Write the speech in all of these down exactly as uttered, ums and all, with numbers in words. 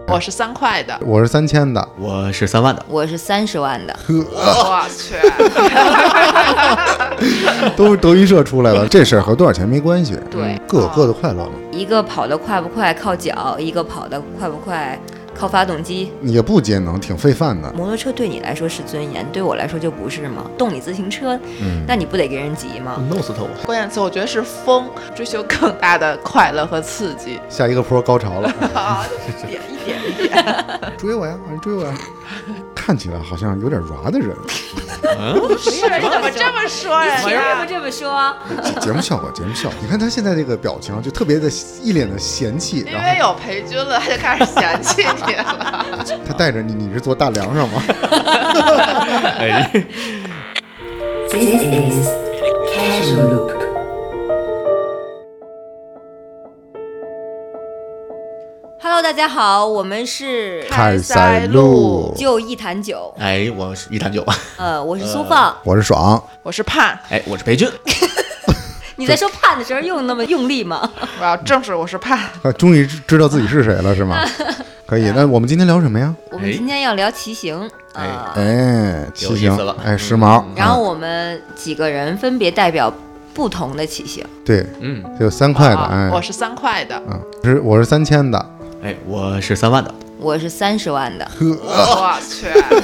我是三块的， 我是三千的， 我是三万的， 我是三十万的。 我去， 都是德云社出来的，这事儿和多少钱没关系， 对， 各有各的快乐嘛。 一个跑得快不快靠脚，一个跑得快不快靠发动机， 也不节能，挺费饭的。 摩托车对你来说是尊严，对我来说就不是吗？动力自行车，嗯，那你不得给人急吗？ 弄死他我！ 关键词我觉得是疯，追求更大的快乐和刺激。 下一个坡高潮了， 啊，一点一点一点， 追我呀，你追我呀！看起来好像有点软的人。 不是，你怎么这么说人凭什么家？ 这么说？ 节目效果，节目效果。你看他现在这个表情，就特别的一脸的嫌弃。 因为有裴军了，他就开始嫌弃你了。 他带着你，你是坐大梁上吗？ 哎， This is Casual Look. Hello， 大家好，我们是开塞露， 就一坛酒。 哎，我是一坛酒， 呃，我是苏放， 我是爽， 我是盼， 哎，我是裴军。 你在说盼的时候用那么用力吗？ 我要正式我是盼。 啊，终于知道自己是谁了，是吗？可以，那我们今天聊什么呀？ 我们今天要聊骑行，呃， 哎，骑行有意思了， 哎，时髦。 然后我们几个人分别代表不同的骑行。 对， 嗯， 有三块的，哎， 我是三块的， 嗯，是我是三千的， 哎，我是三万的， 我是三十万的。 我去，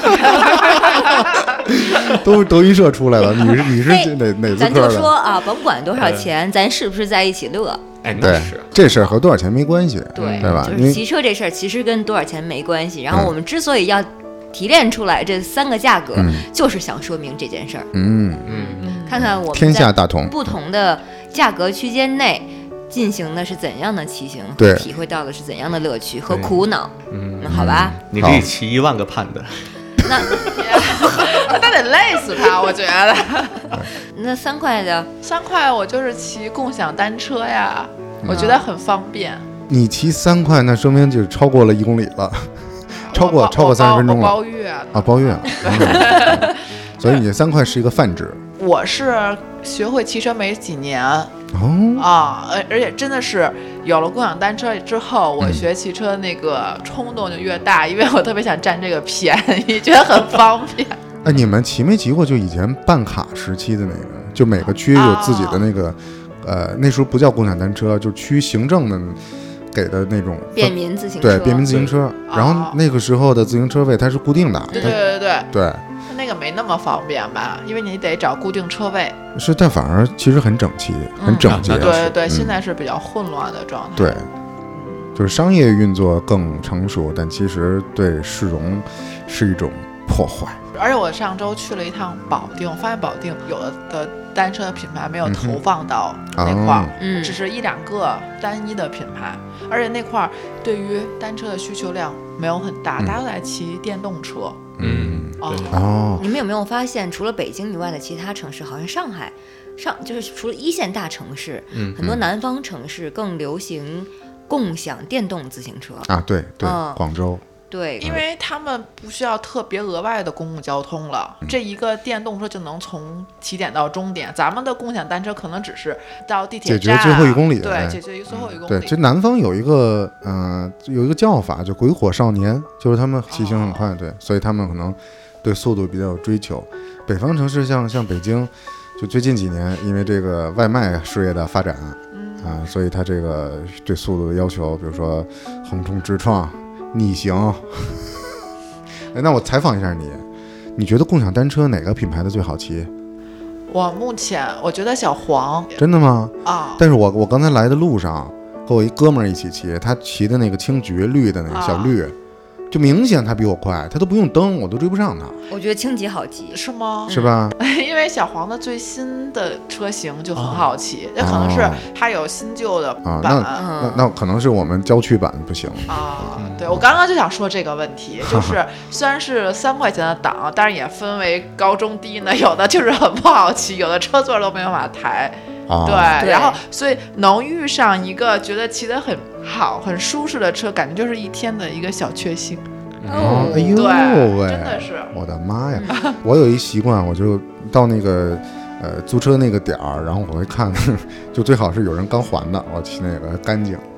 都是德云社出来的。你是你是哪哪资咱就科的？ 说啊，甭管多少钱，咱是不是在一起乐？ 哎，那对是， 这事儿和多少钱没关系， 对， 对吧？ 就因为是骑车这事儿其实跟多少钱没关系。然后我们之所以要提炼出来这三个价格， 嗯就是想说明这件事儿。 嗯， 嗯， 看看我们天下在大同， 不同的价格区间内进行的是怎样的骑行， 对体会到的是怎样的乐趣和对苦恼。 嗯， 嗯，好吧， 你可以骑一万个盼的， 那他得累死他，我觉得。 那三块的， 三块我就是骑共享单车呀，我觉得很方便。 你骑三块，那说明就超过了一公里了，超过我包超过三十分钟了我包月呢啊，包月了。嗯所以你三块是一个泛指我是学会骑车没几年哦。 啊，而而且真的是有了共享单车之后，我嗯学骑车那个冲动就越大，因为我特别想占这个便宜，觉得很方便。 哎，你们骑没骑过？就以前办卡时期的那个，就每个区有自己的那个，呃，那时候不叫共享单车，就是区行政的给的那种便民自行车， 对便民自行车。然后那个时候的自行车位它是固定的， 对对对对， 对， 它那个没那么方便吧，因为你得找固定车位。 是，但反而其实很整齐，很整洁。 嗯对对对， 嗯现在是比较混乱的状态。 对，就是商业运作更成熟，但其实对市容是一种破坏。 而且我上周去了一趟保定，我发现保定有的单车品牌没有投放到那块儿， 哦嗯只是一两个单一的品牌，而且那块儿对于单车的需求量没有很大， 嗯大家都在骑电动车。 嗯，对， 哦， 你们有没有发现，除了北京以外的其他城市，好像上海、上就是除了一线大城市， 嗯很多南方城市更流行共享电动自行车。 啊，对对， 嗯广州， 对， 因为他们不需要特别额外的公共交通了， 嗯这一个电动车就能从起点到终点。咱们的共享单车可能只是到地铁站， 解决最后一公里对， 哎解决最后一公对， 里。 其实南方有一个，嗯、有一个叫法，就鬼火少年，就是他们骑行很快，对，所以他们可能对速度比较有追求。北方城市像像北京，就最近几年因为这个外卖事业的发展， 嗯啊、所以它这个对速度的要求，比如说横冲直撞、逆行。哎，那我采访一下你，你觉得共享单车哪个品牌的最好骑？ 我目前我觉得小黄真的吗？ 啊， 但是我我刚才来的路上，和我一哥们儿一起骑，他骑的那个青桔绿的那个小绿，就明显他比我快，他都不用蹬，我都追不上他， 我觉得青桔好骑。 是吗？ 是吧？ 因为小黄的最新的车型就很好骑，那、可能是它有新旧的啊， 版。 那那那可能是我们郊区版不行。 啊，对，我刚刚就想说这个问题，就是虽然是三块钱的档，但是也分为高中低呢，有的就是很不好骑，有的车座都没有办法抬。 啊， 对， 对然后所以能遇上一个觉得骑得很好、很舒适的车，感觉就是一天的一个小确幸。 哦，哎呦对， 喂， 真的是。 我的妈呀！我有一习惯，我就到那个呃租车那个点儿，然后我会看，就最好是有人刚还的，我骑那个干净。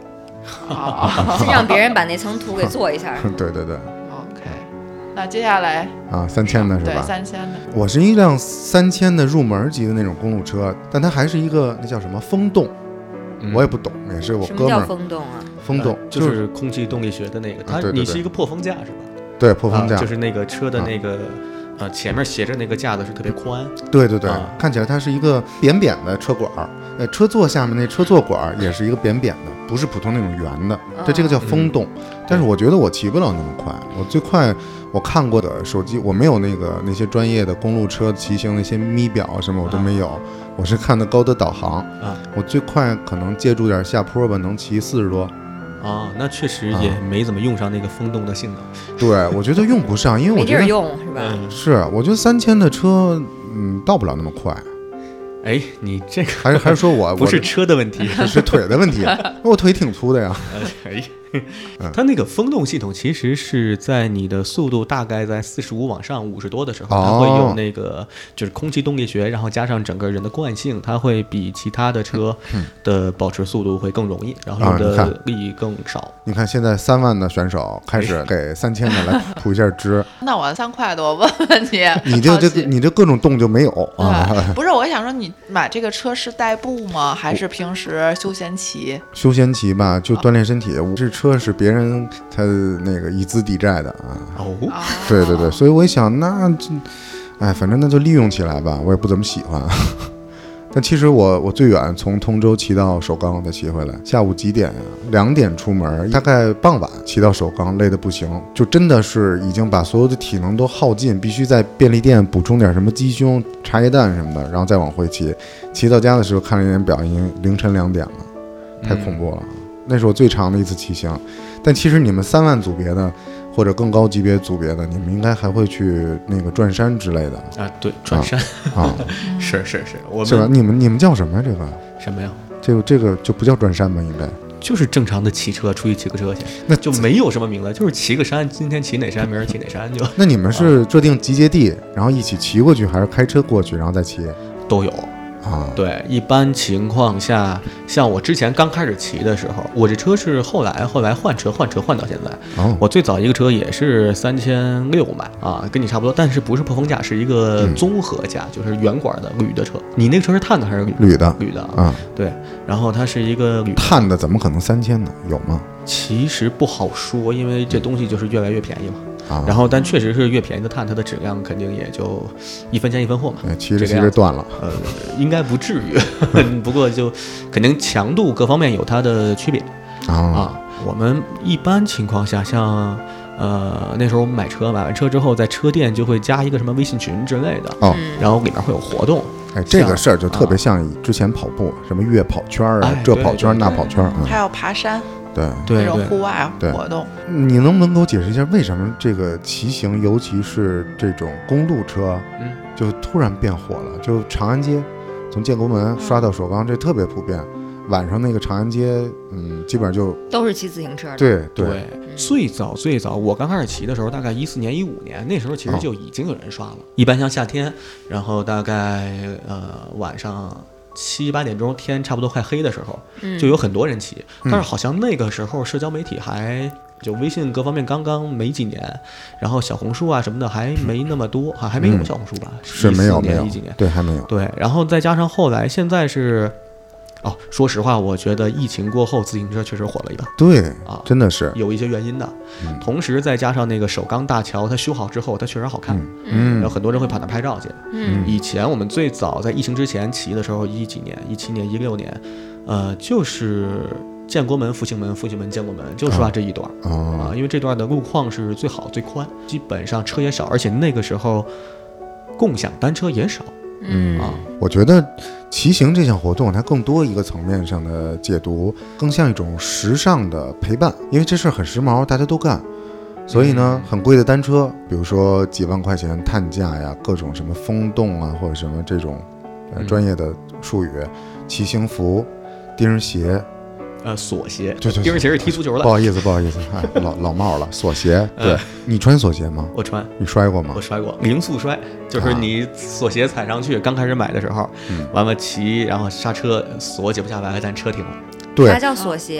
啊先让别人把那层土给做一下。 对对对， OK，那接下来啊，三千的是对吧？ 三千的， 我是一辆三千的入门级的那种公路车，但它还是一个那叫什么风洞， 嗯我也不懂，也是我什么叫哥们儿风洞啊？ 风洞呃，就是空气动力学的那个，它对对对你是一个破风架是吧？ 对破风架， 啊，就是那个车的那个。呃，前面斜着那个架子是特别宽， 对对对， 啊看起来它是一个扁扁的车管儿，呃，车座下面那车座管儿也是一个扁扁的，不是普通那种圆的，对，这个叫风洞。但是我觉得我骑不了那么快，我最快我看过的手机，我没有那个那些专业的公路车骑行那些咪表什么我都没有，我是看的高德导航， 啊我最快可能借助点下坡吧，能骑四十多。 啊，那确实也没怎么用上那个风洞的性能。 对，我觉得用不上，因为我觉得没地儿用是吧？ 嗯， 是，我觉得三千的车，嗯，到不了那么快。 哎，你这个还是还是说我不是我车的问题， 是腿的问题，我腿挺粗的呀。 哎，它那个风洞系统其实是在你的速度大概在四十五往上五十多的时候，它会有那个就是空气动力学，然后加上整个人的惯性，它会比其他的车的保持速度会更容易，然后用的力更少。 你看现在三万的选手开始给三千的来铺一下支， 那我三块的，我问问你， 你这这个你这各种洞就没有啊？ 对，不是，我想说，你买这个车是代步吗？还是平时休闲骑？ 休闲骑吧，就锻炼身体。我这车是别人他那个以资抵债的啊。 哦， 对对对，所以我一想，那这，哎，反正那就利用起来吧。我也不怎么喜欢。但其实我我最远从通州骑到首钢再骑回来，下午几点呀、啊？两点出门，大概傍晚骑到首钢，累得不行，就真的是已经把所有的体能都耗尽，必须在便利店补充点什么鸡胸、茶叶蛋什么的，然后再往回骑。骑到家的时候看了一眼表，已经凌晨两点了，太恐怖了。嗯、那是我最长的一次骑行。但其实你们三万组别的。或者更高级别组别的，你们应该还会去那个转山之类的啊？对，转山啊，啊是是是，我们是吧？你们你们叫什么呀？这个什么呀？ 这个这个就不叫转山吧？应该就是正常的骑车，出去骑个车去，那就没有什么名字，就是骑个山，今天骑哪山，明儿骑哪山就。 那你们是设定集结地，然后一起骑过去，还是开车过去，然后再骑？ 都有。 啊， 对，一般情况下，像我之前刚开始骑的时候，我这车是后来后来换车换车换到现在。 哦， 我最早一个车也是三千六买啊，跟你差不多，但是不是破风架，是一个综合架，嗯、就是圆管的铝的车。你那个车是碳的还是铝的？ 铝的啊， 对。然后它是一个铝碳的，怎么可能三千呢？有吗？ 其实不好说，因为这东西就是越来越便宜嘛。 啊、 然后，但确实是越便宜的碳，它的质量肯定也就一分钱一分货嘛。 对，骑着骑着断了。 呃，应该不至于，不过就肯定强度各方面有它的区别啊。 啊，我们一般情况下，像呃那时候买车，买完车之后，在车店就会加一个什么微信群之类的哦， 然后里面会有活动。 哎，这个事儿就特别像之前跑步，啊、什么越跑圈啊， 哎、 这跑圈那跑圈啊， 还有爬山。 对对， 这种户外活动， 你能不能给我解释一下，为什么这个骑行，尤其是这种公路车， 嗯， 就突然变火了？就长安街，从建国门刷到首钢，这特别普遍。晚上那个长安街，嗯，基本上就都是骑自行车的。 对 对, 对、嗯，最早最早，我刚开始骑的时候，大概一四年、一五年，那时候其实就已经有人刷了。哦、一般像夏天，然后大概呃晚上。七八点钟天差不多快黑的时候， 嗯、 就有很多人骑，但是好像那个时候社交媒体还就微信各方面刚刚没几年，然后小红书啊什么的还没那么多，还还没有小红书吧？ 嗯、是没有没有一几年， 对，还没有。 对，然后再加上后来现在是。哦，说实话，我觉得疫情过后，自行车确实火了一把。 对啊， 真的是有一些原因的。 嗯、 同时再加上那个首钢大桥，它修好之后，它确实好看。 嗯， 有很多人会跑那拍照去。 嗯， 以前我们最早在疫情之前骑的时候，一几年、一七年、一六年，呃，就是建国门、复兴门、复兴门、建国门，就刷这一段、 哦、 啊，因为这段的路况是最好、最宽，基本上车也少，而且那个时候共享单车也少。 嗯啊， 我觉得骑行这项活动它更多一个层面上的解读，更像一种时尚的陪伴，因为这事儿很时髦，大家都干，所以呢，很贵的单车，比如说几万块钱碳价呀，各种什么风洞啊，或者什么这种呃专业的术语，骑行服、钉鞋。 呃，锁鞋， 对对， 钉鞋是踢足球的。 不好意思，不好意思，哎，老老帽了，锁鞋。对、嗯、你穿锁鞋吗？ 我穿。 你摔过吗？ 我摔过，零速摔，就是你锁鞋踩上去，啊、刚开始买的时候，嗯、完了骑，然后刹车锁解不下来，咱车停了。 对， 啥叫锁鞋？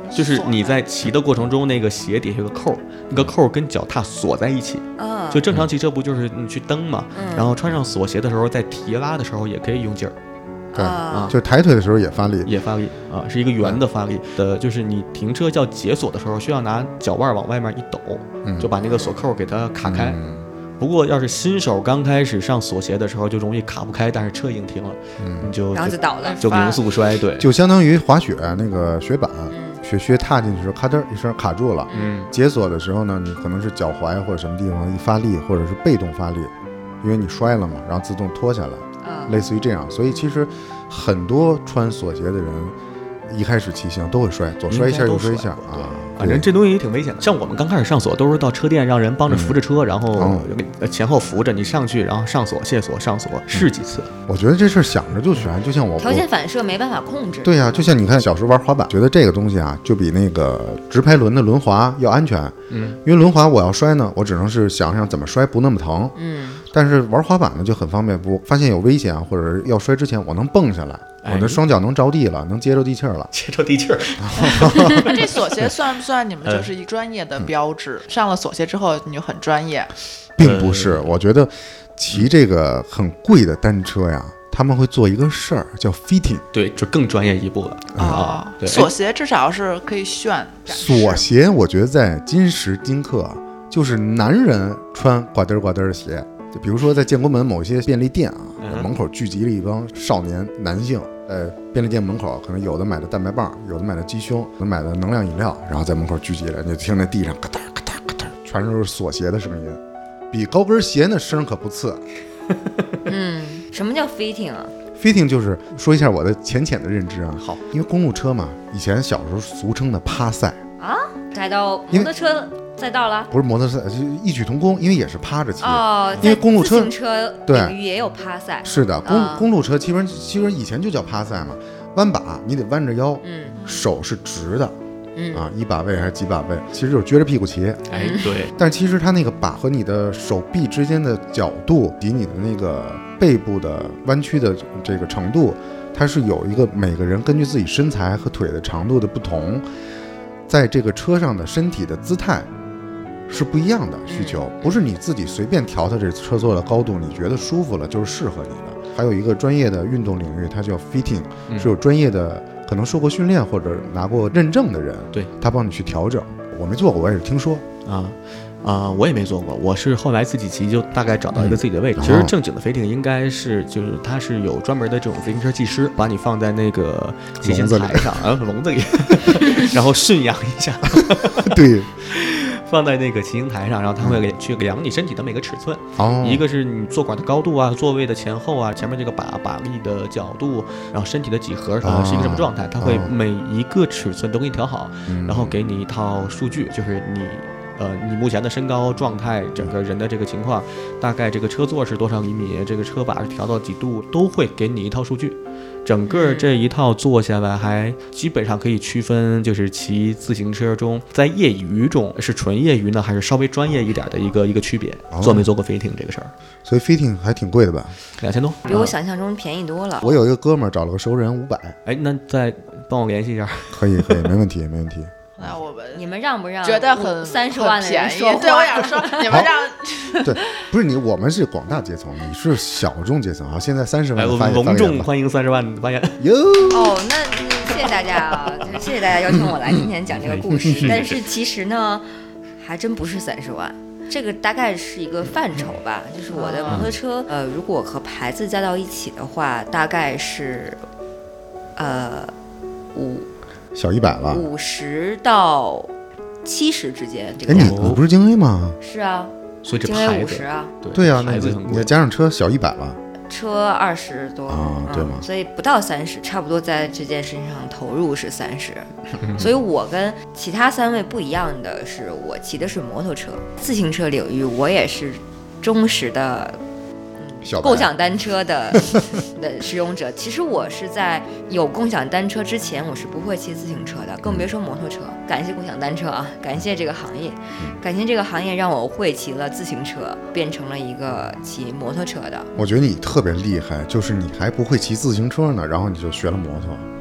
就是你在骑的过程中，那个鞋底下有个扣，那个扣跟脚踏锁在一起。 啊， 就正常骑车不就是你去蹬嘛， 嗯然后穿上锁鞋的时候，在提拉的时候也可以用劲儿， 对， 啊就抬腿的时候也发力。 也发力啊，是一个圆的发力的，就是你停车要解锁的时候，需要拿脚腕往外面一抖， 嗯就把那个锁扣给它卡开。 嗯不过要是新手刚开始上锁鞋的时候，就容易卡不开，但是车已经停了， 嗯， 你就然后就倒了。 就零速摔，对， 就相当于滑雪那个雪板， 嗯雪靴踏进去的时候，咔噔一声卡住了。 嗯， 解锁的时候呢，你可能是脚踝或者什么地方一发力，或者是被动发力，因为你摔了嘛，然后自动脱下来， 啊， 类似于这样。所以其实很多穿锁鞋的人，一开始骑行都会摔，左摔一下右摔一下啊。 反正这东西也挺危险的。像我们刚开始上锁，都是到车店让人帮着扶着车，然后呃前后扶着你上去，然后上锁、卸锁、上锁，试几次。 我觉得这事儿想着就悬，就像我条件反射没办法控制。 对呀、啊，就像你看小时候玩滑板，觉得这个东西啊，就比那个直排轮的轮滑要安全。 嗯， 因为轮滑我要摔呢，我只能是想想怎么摔不那么疼。 嗯， 但是玩滑板呢就很方便，不发现有危险啊，或者是要摔之前，我能蹦下来，我的双脚能着地了，能接着地气儿了， 接着地气儿。 那这锁鞋算不算你们就是一专业的标志？上了锁鞋之后你就很专业？ 并不是。我觉得骑这个很贵的单车呀，他们会做一个事儿叫 fitting。 对，就更专业一步了。 哦， 对， 锁鞋至少是可以炫。 锁鞋，我觉得在今时今刻，就是男人穿呱嘚呱嘚的鞋。就比如说在建国门某些便利店啊， 嗯门口聚集了一帮少年男性，呃，便利店门口可能有的买的蛋白棒，有的买的鸡胸，有的买的能量饮料，然后在门口聚集了，你就听那地上咯噔咯噔咯噔，全都是锁鞋的声音，比高跟鞋那声可不次。 嗯，什么叫 fitting 啊？ fitting 就是说一下我的浅浅的认知啊， 好， 因为公路车嘛，以前小时候俗称的趴赛， 啊，改到摩托车赛道了？ 不是摩托赛，就异曲同工，因为也是趴着骑。 哦， 因为公路车自行车对领域也有趴赛。 是的，公、 啊公路车其实其实以前就叫趴赛嘛，弯把你得弯着腰， 嗯手是直的， 嗯啊，一把位还是几把位，其实就是撅着屁股骑。 哎，对， 但其实它那个把和你的手臂之间的角度及你的那个背部的弯曲的这个程度，它是有一个每个人根据自己身材和腿的长度的不同，在这个车上的身体的姿态是不一样的需求，不是你自己随便调它这车座的高度，你觉得舒服了就是适合你的。还有一个专业的运动领域，它叫 fitting，、 嗯、 是有专业的可能受过训练或者拿过认证的人， 对， 他帮你去调整。我没做过，我也是听说。 啊啊，我也没做过，我是后来自己骑就大概找到一个自己的位置。 嗯、 其实正经的飞艇应该是就是它是有专门的这种自行车技师，把你放在那个骑行台上啊笼子里，然后驯养一下。 对。 放在那个骑行台上，然后他会给去量你身体的每个尺寸， 哦， 一个是你坐管的高度啊，座位的前后啊，前面这个把把力的角度，然后身体的几何呃是一个什么状态，他会每一个尺寸都给你调好， 嗯、 然后给你一套数据，就是你呃你目前的身高状态，整个人的这个情况，大概这个车座是多少厘米，这个车把是调到几度，都会给你一套数据。整个这一套做下来，还基本上可以区分，就是骑自行车中，在业余中是纯业余呢，还是稍微专业一点的一个一个区别。 哦、 做没做过飞艇这个事儿？ 所以飞艇还挺贵的吧？ 两千多， 比我想象中便宜多了。 我有一个哥们儿找了个熟人，五百。 哎，那再帮我联系一下。 可以，可以，没问题，没问题。 那我们你们让不让？ 觉得很三十万的人说话？ 对，我想说你们让。 对，不是你，我们是广大阶层，你是小众阶层。好，现在三十万的发言， 隆重欢迎三十万的发言。 哟。 哦，那谢谢大家啊，谢谢大家邀请我来今天讲这个故事。但是其实呢，还真不是三十万。这个大概是一个范畴吧，就是我的摩托车，呃，如果和牌子加到一起的话，大概是，呃，五。 小一百了， 五十到七十之间。这个哎，你你不是京 A 吗？ 是啊， 所以这京 A 五十啊。 对啊， 那你加上车小一百了， 车二十多啊，对吗？ 嗯、所以不到三十，差不多在这件事情上投入是三十。所以我跟其他三位不一样的是，我骑的是摩托车，自行车领域我也是忠实的。共享单车的的使用者，其实我是在有共享单车之前，我是不会骑自行车的，更别说摩托车。感谢共享单车啊，感谢这个行业，感谢这个行业让我会骑了自行车，变成了一个骑摩托车的。 我觉得你特别厉害，就是你还不会骑自行车呢，然后你就学了摩托。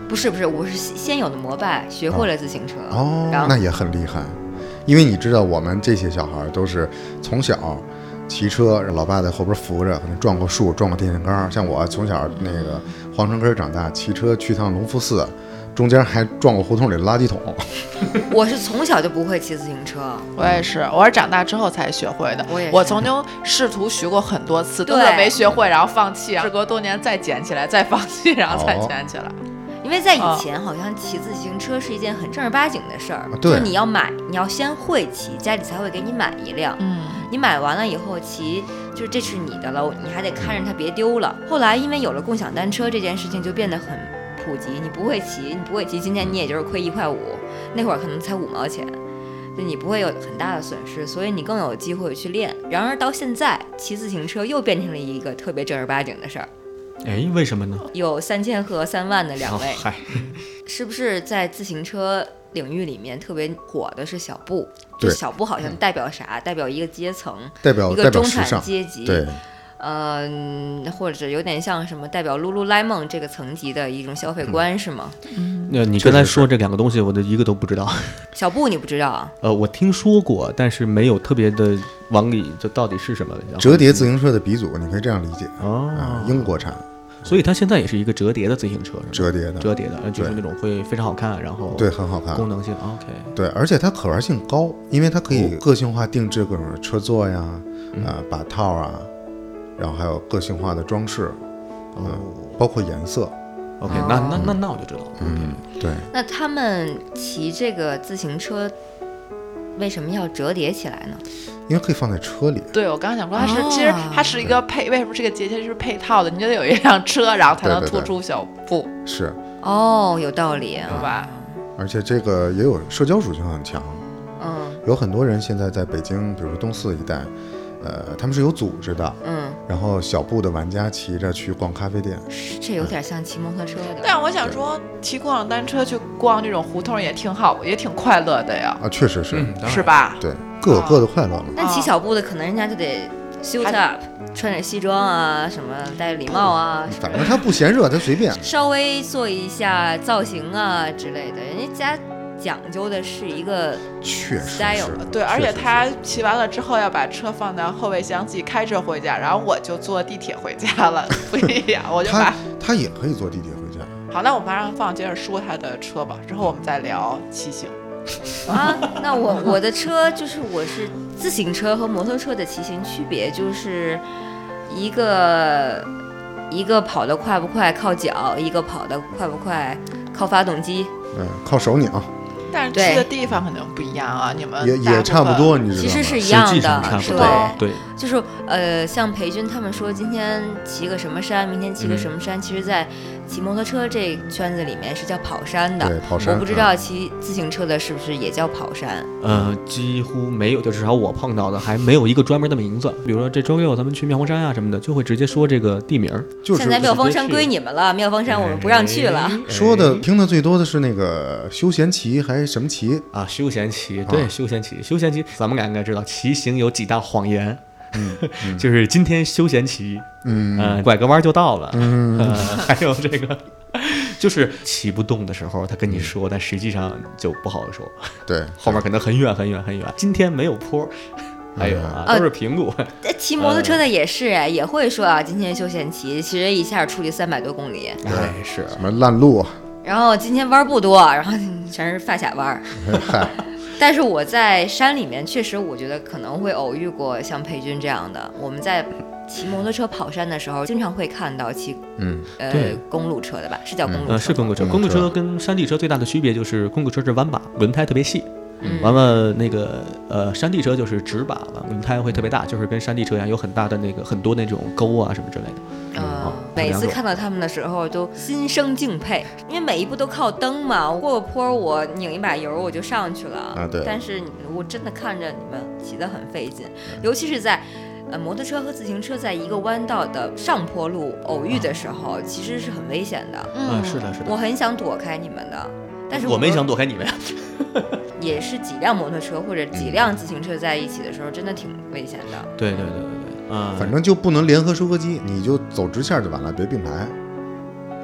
不是不是，我是先有的摩拜学会了自行车。 哦， 然后那也很厉害，因为你知道我们这些小孩都是从小骑车，老爸在后边扶着，可能撞过树，撞过电线杆。像我从小那个皇城根长大，骑车去趟隆福寺，中间还撞过胡同里的垃圾桶。 我是从小就不会骑自行车， 我也是，我是长大之后才学会的。 我也是我曾经试图学过很多次，都是没学会，然后放弃，然后时隔多年再捡起来，再放弃，然后再捡起来。 因为在以前好像骑自行车是一件很正儿八经的事儿， 啊对就是你要买，你要先会骑，家里才会给你买一辆。 嗯， 你买完了以后骑，就是这是你的了，你还得看着它别丢了。后来因为有了共享单车这件事情，就变得很普及。你不会骑，你不会骑，今天你也就是亏一块五，那会儿可能才五毛钱，就你不会有很大的损失，所以你更有机会去练。然而到现在，骑自行车又变成了一个特别正儿八经的事儿。 哎，为什么呢？ 有三千和三万的两位， 哦、嗨， 是不是在自行车领域里面特别火的是小布？ 对， 就小布好像代表啥？代表一个阶层， 代表一个中产阶级。 对， 嗯、呃，或者有点像什么代表 Lululemon 这个层级的一种消费观、嗯、是吗？ 嗯，那你刚才说这两个东西，我的一个都不知道。 小布你不知道啊？ 呃，我听说过，但是没有特别的往里，这到底是什么？ 折叠自行车的鼻祖，你可以这样理解哦、 啊，英国产。 所以它现在也是一个折叠的自行车， 折叠的， 折叠的，就是那种会非常好看，然后对，很好看， 功能性 OK。 对，而且它可玩性高，因为它可以个性化定制各种车座呀、 嗯、 呃把套啊，然后还有个性化的装饰，嗯、呃，包括颜色。 OK，、哦、那那那那我就知道了。 嗯，对。 那他们骑这个自行车为什么要折叠起来呢？ 因为可以放在车里。 对，我刚刚想说，它是、哦、其实它是一个配，为什么这个节节是配套的？你就得有一辆车，然后才能突出小布。 对对对是。 哦，有道理， 对吧？ 而且这个也有社交属性很强。 嗯。 有很多人现在在北京，比如说东四一带，呃，他们是有组织的。 嗯。 然后小布的玩家骑着去逛咖啡店。 这有点像骑摩托车的。 但我想说，骑共享单车去逛这种胡同也挺好，也挺快乐的呀。 啊，确实是， 嗯、 是吧？ 对。各有各的快乐嘛。 但骑小布的可能人家就得 suit up，穿着西装啊，什么戴着礼帽啊， 反正他不嫌热，他随便。 稍微做一下造型啊之类的，人家家讲究的是一个 style。 对，而且他骑完了之后要把车放到后备箱，自己开车回家，然后我就坐地铁回家了，不一样。我就把他他也可以坐地铁回家。 好，那我们让放接着说他的车吧，之后我们再聊骑行。 啊，那我我的车就是我是自行车和摩托车的骑行区别，就是一个一个跑得快不快靠脚，一个跑得快不快靠发动机， 嗯，靠手拧。 但是去的地方可能不一样啊，你们也也差不多，你知道吗？ 其实是一样的， 对， 对，就是呃，像裴军他们说今天骑个什么山，明天骑个什么山，嗯、其实，在骑摩托车这圈子里面是叫跑山的。 对，跑山。 我不知道骑自行车的是不是也叫跑山？ 呃，几乎没有，就至少我碰到的还没有一个专门的名字。比如说这周六咱们去妙峰山啊什么的，就会直接说这个地名。 就是现在妙峰山归你们了，妙峰山我们不让去了。 哎、 说的听的最多的是那个休闲骑还是什么骑啊？休闲骑，对，啊、休闲骑，休闲骑，咱们俩应该知道，骑行有几大谎言。 嗯嗯、 就是今天休闲骑， 嗯， 呃，拐个弯就到了， 嗯， 呃，还有这个，就是骑不动的时候，他跟你说，嗯、但实际上就不好说， 对， 后面可能很远很远很远。今天没有坡，还有啊，都是平路。 骑摩托车的也是哎，也会说啊，今天休闲骑，其实一下出去三百多公里， 哎，是什么烂路， 然后今天弯不多，然后全是发卡弯。但是我在山里面，确实我觉得可能会偶遇过像裴军这样的。我们在骑摩托车跑山的时候，经常会看到骑嗯呃公路车的吧？是叫公路车？ 呃，是公路车。公路车跟山地车最大的区别就是公路车是弯把，轮胎特别细。 嗯、 完了，那个呃，山地车就是直把了，轮胎会特别大，就是跟山地车一样，有很大的那个很多那种沟啊什么之类的。 呃、嗯，每次看到他们的时候都心生敬佩，因为每一步都靠蹬嘛。我过个坡，我拧一把油我就上去了。 啊，对。 但是我真的看着你们骑得很费劲，尤其是在呃摩托车和自行车在一个弯道的上坡路偶遇的时候，其实是很危险的。 嗯，是的，是的。 我很想躲开你们的。但是我, 我没想躲开你们呀， 也是几辆摩托车或者几辆自行车在一起的时候，真的挺危险的。 对对对对对，啊、 嗯，反正就不能联合收割机，你就走直线就完了，别并排。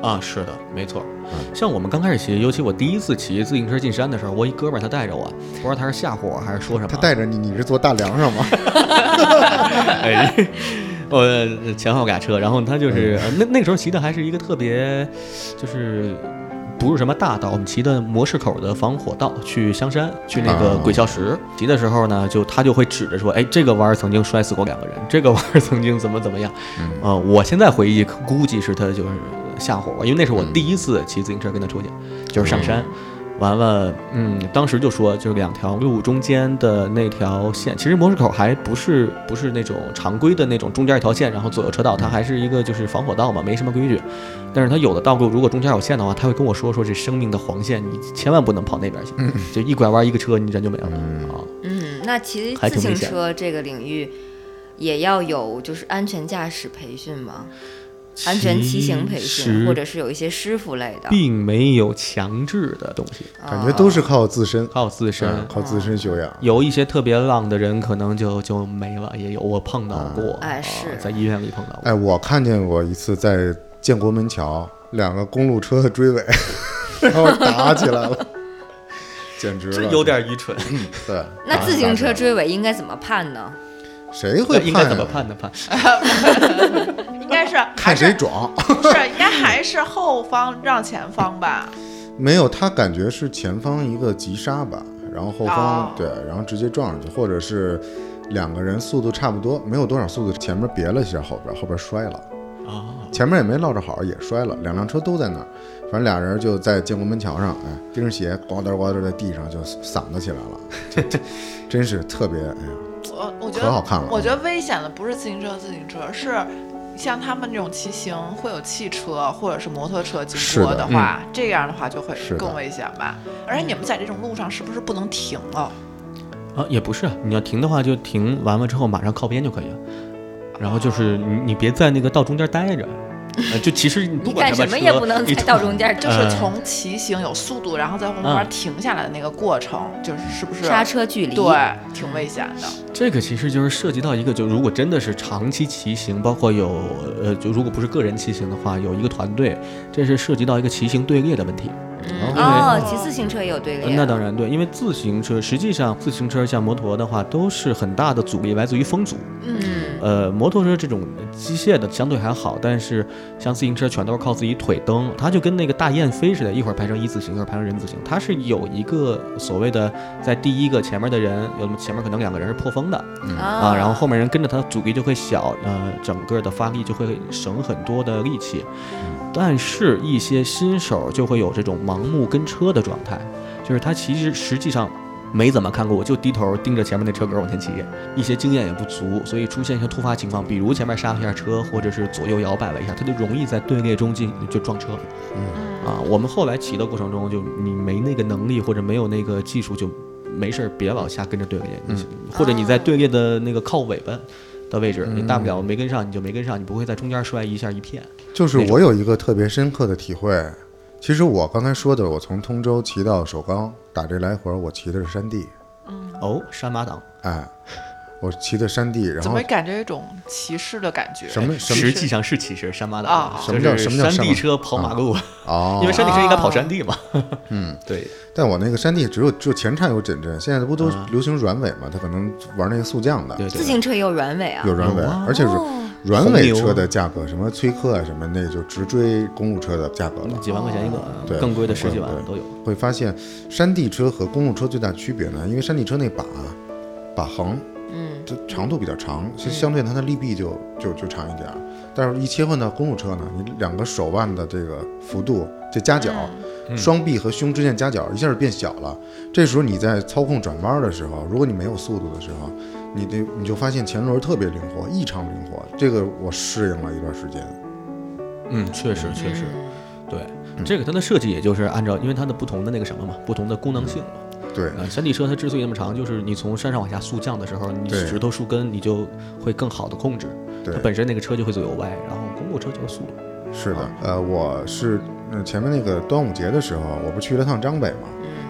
啊，是的，没错。像我们刚开始骑，尤其我第一次骑自行车进山的时候，我一哥们儿他带着我，不知道他是吓唬我还是说什么。 他带着你，你是坐大梁上吗？ 哎，我前后俩车，然后他就是那那个时候骑的还是一个特别，就是不是什么大道，我们骑的模式口的防火道去香山，去那个鬼笑石。骑的时候呢，就他就会指着说，哎，这个弯儿曾经摔死过两个人，这个弯儿曾经怎么怎么样。嗯，呃，我现在回忆估计是他就是吓唬我，因为那是我第一次骑自行车跟他出去，就是上山。完了，嗯，当时就说，就是两条路中间的那条线，其实模式口还不是不是那种常规的那种中间一条线，然后左右车道，它还是一个就是防火道嘛，没什么规矩。但是它有的道路如果中间有线的话，他会跟我说说这生命的黄线，你千万不能跑那边去，嗯、就一拐弯一个车，你人就没了、嗯、啊。 嗯，那其实自行车这个领域也要有就是安全驾驶培训吗？安全骑行培训，或者是有一些师傅类的， 并没有强制的东西， 感觉都是靠自身， 靠自身， 嗯、靠自身修养。 有一些特别浪的人，可能就就没了，也有我碰到过， 哎、嗯，是、 呃、在医院里碰到过。 哎，我看见过一次在建国门桥，两个公路车的追尾，然后打起来了，简直了， 这有点愚蠢。 对， 那自行车追尾应该怎么判呢？ 谁会判、啊？ 应该怎么判的判？ 应该是看谁撞， 不是，应该还是后方让前方吧？ 没有，他感觉是前方一个急刹吧，然后后方、哦、对，然后直接撞上去，或者是两个人速度差不多，没有多少速度，前面别了一下后边，后边摔了，哦，前面也没落着好，也摔了，两辆车都在那儿，反正俩人就在建国门桥上，哎，钉着鞋呱嗒呱嗒在地上就嗓子起来了，这这真是特别，哎呀。 我我觉得可好看了。 我觉得危险的不是自行车，自行车是像他们这种骑行会有汽车或者是摩托车经过的话，的嗯、这样的话就会更危险吧。而且你们在这种路上是不是不能停了？ 啊，也不是，你要停的话就停完了之后马上靠边就可以了。然后就是你你别在那个道中间待着。呃、就其实你不管你干什么也不能在道中间， 就是从骑行有速度，然后在后面停下来的那个过程，嗯、就是是不是刹车距离？ 对，挺危险的。 这个其实就是涉及到一个，就如果真的是长期骑行，包括有呃，就如果不是个人骑行的话，有一个团队，这是涉及到一个骑行队列的问题。 嗯、哦，骑自行车也有队列、啊。 那当然对，因为自行车实际上自行车像摩托的话，都是很大的阻力来自于风阻。 嗯。 呃，摩托车这种机械的相对还好，但是像自行车全都是靠自己腿蹬，它就跟那个大雁飞似的，一会儿排成一字形，一会儿排成人字形，它是有一个所谓的在第一个前面的人，有前面可能两个人是破风的、嗯、啊，然后后面人跟着它，阻力就会小，呃，整个的发力就会省很多的力气。但是，一些新手就会有这种盲目跟车的状态，就是他其实实际上没怎么看过，我就低头盯着前面那车格往前骑，一些经验也不足，所以出现一些突发情况，比如前面刹了一下车，或者是左右摇摆了一下，他就容易在队列中进就撞车。嗯啊，我们后来骑的过程中，就你没那个能力或者没有那个技术，就没事别老瞎跟着队列，嗯、或者你在队列的那个靠尾巴的位置，你大不了没跟上你就没跟上，你不会在中间摔一下一片。 就是我有一个特别深刻的体会，其实我刚才说的，我从通州骑到首钢打这来回，我骑的是山地。 嗯，哦，山马党， 哎，我骑的山地，然后怎么感觉有一种骑士的感觉？ 什么？什么实际上是骑士，山马党啊？ 什么叫什么叫山地车跑马路？ 哦， 因为山地车应该跑山地嘛。 嗯， 对。 但我那个山地只有只有前叉有减震，现在不都流行软尾嘛？他可能玩那个速降的。 对对。 自行车也有软尾啊？ 有软尾，而且是。软尾车的价格，什么崔克啊什么，那就直追公路车的价格了， 几万块钱一个， 对， 更贵的十几万都有。 会发现山地车和公路车最大区别呢，因为山地车那把把横，嗯，这长度比较长，其实相对它的力臂就就就长一点，但是一切换到公路车呢，你两个手腕的这个幅度，这夹角，嗯、双臂和胸之间夹角一下就变小了。这时候你在操控转弯的时候，如果你没有速度的时候，你的你就发现前轮特别灵活，异常灵活。这个我适应了一段时间。 嗯，确实确实，对，嗯、这个它的设计也就是按照，因为它的不同的那个什么嘛，不同的功能性嘛。 对， 呃，山地车它之所以那么长，就是你从山上往下速降的时候，你指头树根你就会更好的控制，它本身那个车就会左右歪，然后公路车就是速度。 是的，呃，我是、呃、前面那个端午节的时候，我不去了趟张北嘛，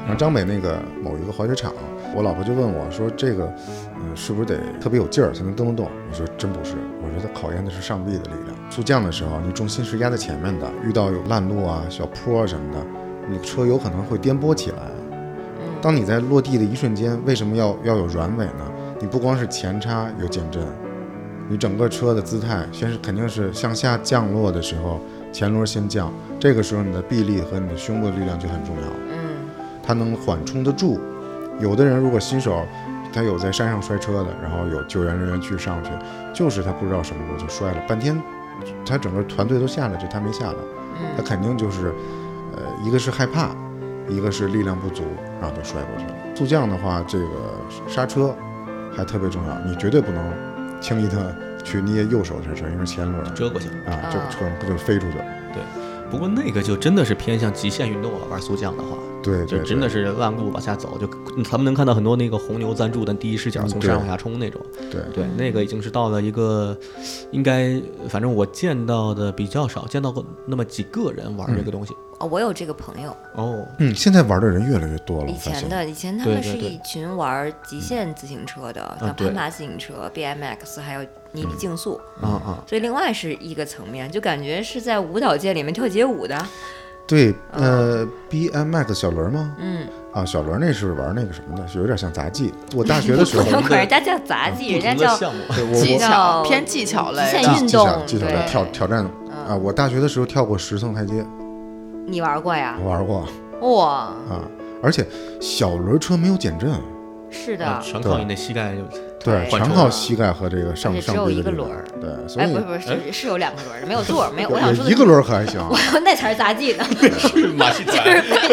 然后张北那个某一个滑雪场，我老婆就问我说：“这个，嗯、呃，是不是得特别有劲儿才能蹬得动？”我说：“真不是，我说它考验的是上臂的力量。速降的时候，你重心是压在前面的，遇到有烂路啊、小坡啊什么的，你车有可能会颠簸起来。当你在落地的一瞬间，为什么要要有软尾呢？你不光是前叉有减震，你整个车的姿态先是肯定是向下降落的时候，前轮先降，这个时候你的臂力和你的胸部的力量就很重要。嗯，它能缓冲得住。有的人如果新手，他有在山上摔车的，然后有救援人员去上去，就是他不知道什么时候就摔了，半天，他整个团队都下来，就他没下来，他肯定就是，呃，一个是害怕，一个是力量不足，然后就摔过去了。速降的话，这个刹车还特别重要，你绝对不能轻易的去捏右手刹车，因为前轮折过去了啊，这个车不就飞出去了。 对，不过那个就真的是偏向极限运动了，玩速降的话。 对， 就真的是烂路往下走，就咱们能看到很多那个红牛赞助的第一视角从山往下冲那种。 对对，那个已经是到了一个，应该反正我见到的比较少，见到过那么几个人玩这个东西。 嗯、哦，我有这个朋友。 哦， 嗯，现在玩的人越来越多了。 以前的以前他们是一群玩极限自行车的， 嗯、 像攀爬自行车、B M X， 还有泥地竞速。 啊啊、嗯！ 所以另外是一个层面，就感觉是在舞蹈界里面跳街舞的。 对，呃 ，B M X 小轮吗？ 嗯， 啊，小轮那是玩那个什么的，有点像杂技。我大学的时候， 可人家叫杂技，人家叫技巧，偏技巧类极限运动， 技巧类挑挑战啊！我大学的时候跳过十层台阶。 你玩过呀？ 我玩过。 哇！ 啊，而且小轮车没有减震。 是的， 全靠你的膝盖就。 对，全靠膝盖和这个上上只有一个轮儿， 对，所以哎，不是不是是是有两个轮儿，没有座，没有。我想说一个轮可还行， 我那才是杂技呢， 是马戏团。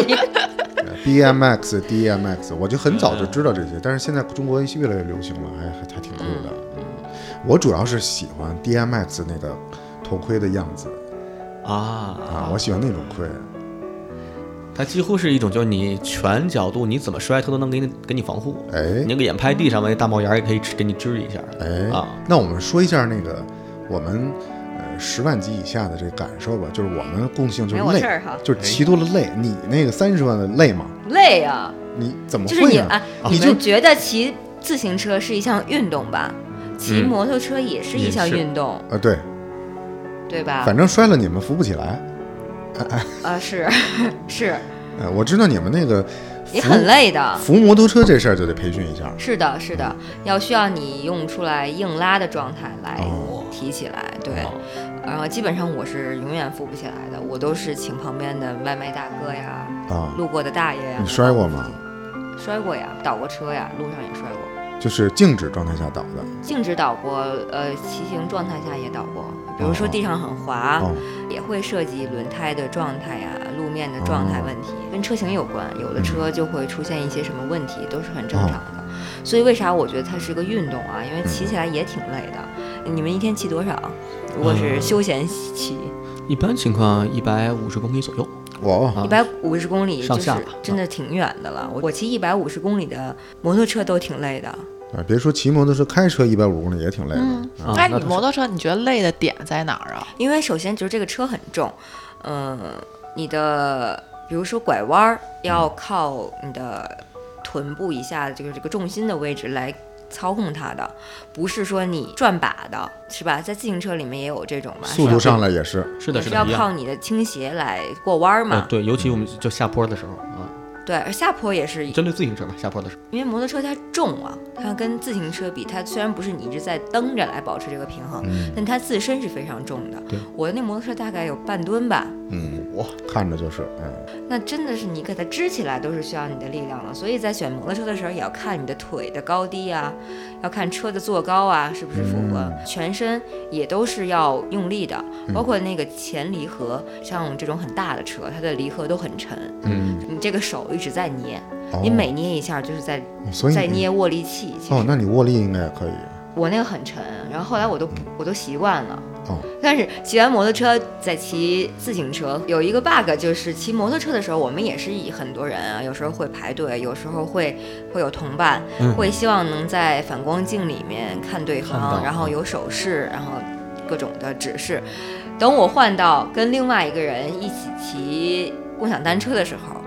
B M X、D M X， 我就很早就知道这些，但是现在中国越来越流行了，还还还挺酷的。嗯，我主要是喜欢 D M X 那个头盔的样子啊啊，我喜欢那种盔。 它几乎是一种，就是你全角度你怎么摔，它都能给你给你防护。 哎， 你那个眼拍地上那大帽檐也可以给你支一下。 哎啊， 那我们说一下那个我们呃十万级以下的这个感受吧，就是我们共性就是累，就是骑多了累。你那个三十万的累吗？ 累啊！ 你怎么会呢？ 就是你啊， 你们觉得骑自行车是一项运动吧？骑摩托车也是一项运动。 啊，对， 对吧？ 反正摔了你们扶不起来。 啊，是是， 呃，我知道你们那个也很累的， 扶摩托车这事儿就得培训一下。 是的，是的，要需要你用出来硬拉的状态来提起来，哦、对。然后基本上我是永远扶不起来的，我都是请旁边的外卖大哥呀，啊，路过的大爷呀。 你摔过吗？ 摔过呀，倒过车呀，路上也摔过。 就是静止状态下倒的， 静止倒过，呃，骑行状态下也倒过。比如说地上很滑， 哦、 也会涉及轮胎的状态呀、路面的状态问题，哦、跟车型有关。有的车就会出现一些什么问题，嗯、都是很正常的。哦、所以为啥我觉得它是个运动啊？因为骑起来也挺累的。嗯、你们一天骑多少？如果是休闲骑， 嗯、一般情况一百五十公里左右。 哇， 一百五十公里就是真的挺远的了。我我骑一百五十公里的摩托车都挺累的。 啊，别说骑摩托车，开车一百五十公里也挺累的。 嗯，那、啊、你摩托车你觉得累的点在哪儿啊？ 因为首先就是这个车很重，嗯、呃，你的比如说拐弯要靠你的臀部以下这个这个重心的位置来操控它的，不是说你转把的，是吧？在自行车里面也有这种吧， 速度上来也是， 是的，是的，要靠你的倾斜来过弯嘛、 呃。对，尤其我们就下坡的时候啊。 对，而下坡也是针对自行车嘛，下坡的时候， 因为摩托车它重啊，它跟自行车比，它虽然不是你一直在蹬着来保持这个平衡，嗯、但它自身是非常重的。 对， 我的那摩托车大概有半吨吧。 嗯，哇，看着就是，嗯， 那真的是你给它支起来都是需要你的力量的，所以在选摩托车的时候也要看你的腿的高低啊，要看车的坐高啊是不是符合，嗯、全身也都是要用力的，包括那个前离合，像这种很大的车，它的离合都很沉， 嗯， 你这个手一直在捏，哦、你每捏一下就是在在捏握力器。 哦，那你握力应该也可以。 我那个很沉，然后后来我都、嗯、我都习惯了。 哦， 但是骑完摩托车再骑自行车有一个 bug， 就是骑摩托车的时候，我们也是以很多人啊，有时候会排队，有时候会会有同伴，嗯、会希望能在反光镜里面看对方，然后有手势，然后各种的指示。等我换到跟另外一个人一起骑共享单车的时候，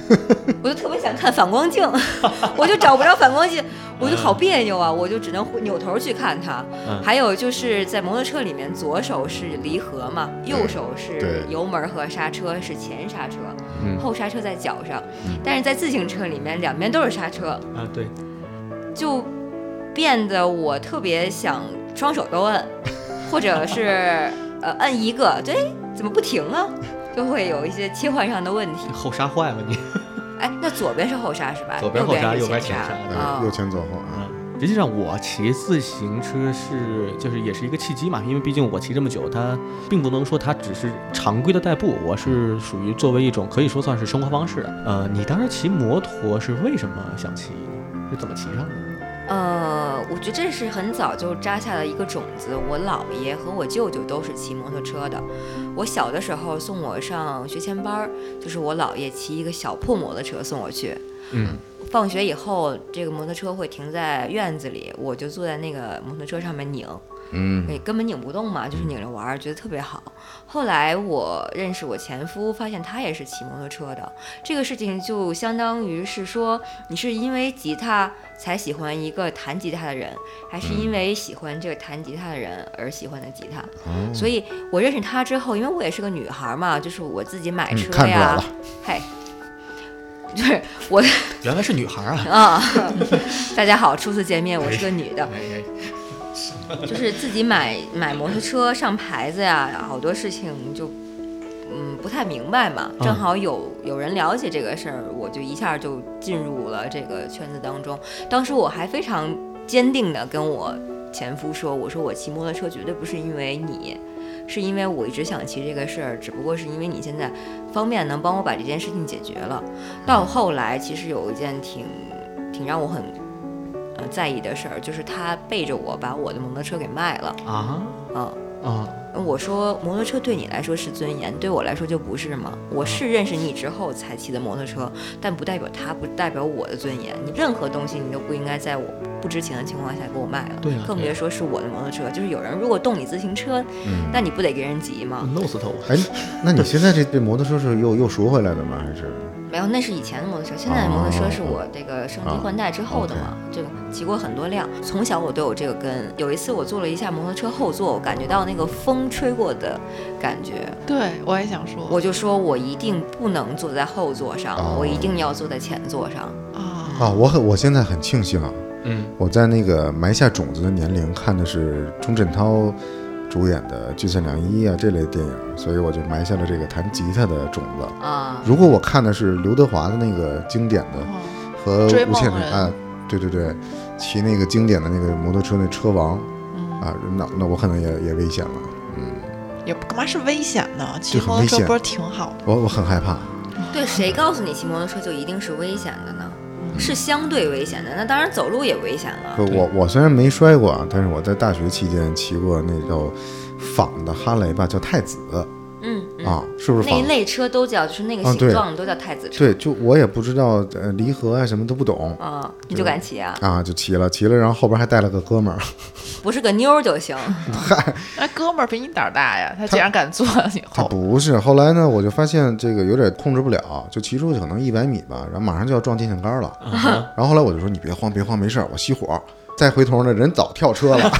我就特别想看反光镜，我就找不着反光镜，我就好别扭啊，我就只能扭头去看它。嗯、还有就是在摩托车里面，左手是离合嘛，右手是油门和刹车，是前刹车，嗯、后刹车在脚上。嗯、但是在自行车里面，两边都是刹车啊，对， 就变得我特别想双手都摁，或者是呃摁一个，对，怎么不停啊？就会有一些切换上的问题。 后刹坏了你？ 哎，那左边是后刹是吧？ 左边后刹，右边前刹， 啊、 右前左后啊。 实际上我骑自行车是就是也是一个契机嘛，因为毕竟我骑这么久，它并不能说它只是常规的代步，我是属于作为一种可以说算是生活方式。呃，你当时骑摩托是为什么想骑呢？是怎么骑上的？ 呃，我觉得这是很早就扎下了一个种子。我姥爷和我舅舅都是骑摩托车的。我小的时候送我上学前班，就是我姥爷骑一个小破摩托车送我去。 嗯。 放学以后，这个摩托车会停在院子里，我就坐在那个摩托车上面拧， 嗯， 根本拧不动嘛，就是拧着玩，觉得特别好。后来我认识我前夫，发现他也是骑摩托车的，这个事情就相当于是说，你是因为吉他才喜欢一个弹吉他的人，还是因为喜欢这个弹吉他的人而喜欢的吉他？ 嗯、 所以我认识他之后，因为我也是个女孩嘛，就是我自己买车呀， 嗯、看出来了， 嘿。就是我原来是女孩啊！ 啊，大家好，初次见面，我是个女的，就是自己买买摩托车上牌子呀，好多事情就嗯不太明白嘛。正好有有人了解这个事儿，我就一下就进入了这个圈子当中。当时我还非常坚定的跟我前夫说，我说我骑摩托车绝对不是因为你。是因为我一直想骑这个事儿，只不过是因为你现在方便能帮我把这件事情解决了。到后来，其实有一件挺挺让我很呃在意的事儿，就是他背着我把我的摩托车给卖了啊， 嗯啊， 我说摩托车对你来说是尊严，对我来说就不是吗？我是认识你之后才骑的摩托车，但不代表它不代表我的尊严。你任何东西你都不应该在我不知情的情况下给我卖了， 对啊， 更别说是我的摩托车。就是有人如果动你自行车，嗯、那你不得给人急吗？ 弄死他！ 哎，那你现在这这摩托车是又又赎回来的吗？还是？ 没有，那是以前的摩托车，现在的摩托车是我这个升级换代之后的嘛，哦、这个骑过很多辆，从小我都有这个根。有一次我坐了一下摩托车后座，我感觉到那个风吹过的感觉。 对，我也想说， 我就说我一定不能坐在后座上，哦、我一定要坐在前座上。 啊、 哦、啊！我很，我现在很庆幸啊， 嗯， 我在那个埋下种子的年龄看的是钟镇涛主演的《巨献良医》啊这类电影，所以我就埋下了这个弹吉他的种子啊。 如果我看的是刘德华的那个经典的、哦、和吴倩的啊，对对对，骑那个经典的那个摩托车那车王、嗯、啊，那那我可能也也危险了，嗯， 也干嘛是危险呢？骑摩托车不是挺好的？ 我我很害怕。 对，谁告诉你骑摩托车就一定是危险的呢？是相对危险的，那当然走路也危险了。 我我虽然没摔过啊，但是我在大学期间骑过那叫仿的哈雷吧，叫太子。 嗯, 嗯啊，是不是那一类车都叫，就是那个形状、啊、都叫太子车。 对，就我也不知道呃离合啊什么都不懂啊，你就敢骑啊？ 啊，就骑了，骑了，然后后边还带了个哥们儿， 不是个妞就行。 嗨， 那哥们儿比你胆大呀，他竟然敢坐以后。 他不是，后来呢，我就发现这个有点控制不了，就骑出去可能一百米吧，然后马上就要撞电线杆了。 Uh-huh. 然后后来我就说你别慌，别慌，没事，我熄火。再回头呢，人早跳车了。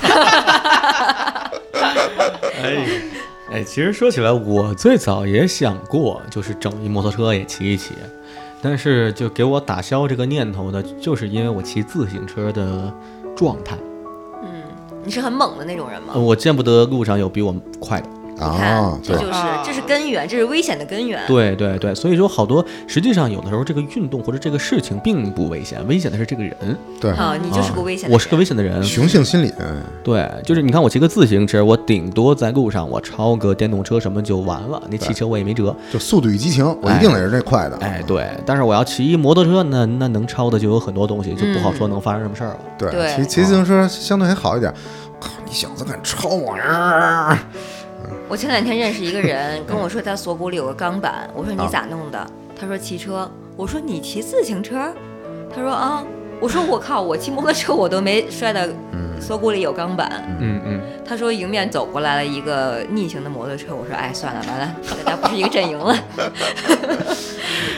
哎。哎，其实说起来，我最早也想过，就是整一摩托车也骑一骑，但是就给我打消这个念头的，就是因为我骑自行车的状态。 嗯，你是很猛的那种人吗？ 我见不得路上有比我快的。 你看，这就是这是根源，这是危险的根源。 对对对，所以说好多实际上有的时候这个运动或者这个事情并不危险，危险的是这个人。 对啊，你就是个危险的人、 啊，我是个危险的人， 雄性心理。 对，就是你看我骑个自行车，我顶多在路上我超个电动车什么就完了，那汽车我也没辙。 就速度与激情，我一定得是这快的。 哎，哎对，但是我要骑摩托车呢，那能超的就有很多东西，就不好说能发生什么事儿了。 对， 对骑骑自行车相对还好一点。靠，你小子敢超我呀！ 我前两天认识一个人，跟我说他锁骨里有个钢板，我说你咋弄的？他说骑车。我说你骑自行车？他说啊。我说我靠，我骑摩托车我都没摔到锁骨里有钢板。 嗯嗯。 他说迎面走过来了一个逆行的摩托车，我说哎算了完了，大家不是一个阵营了。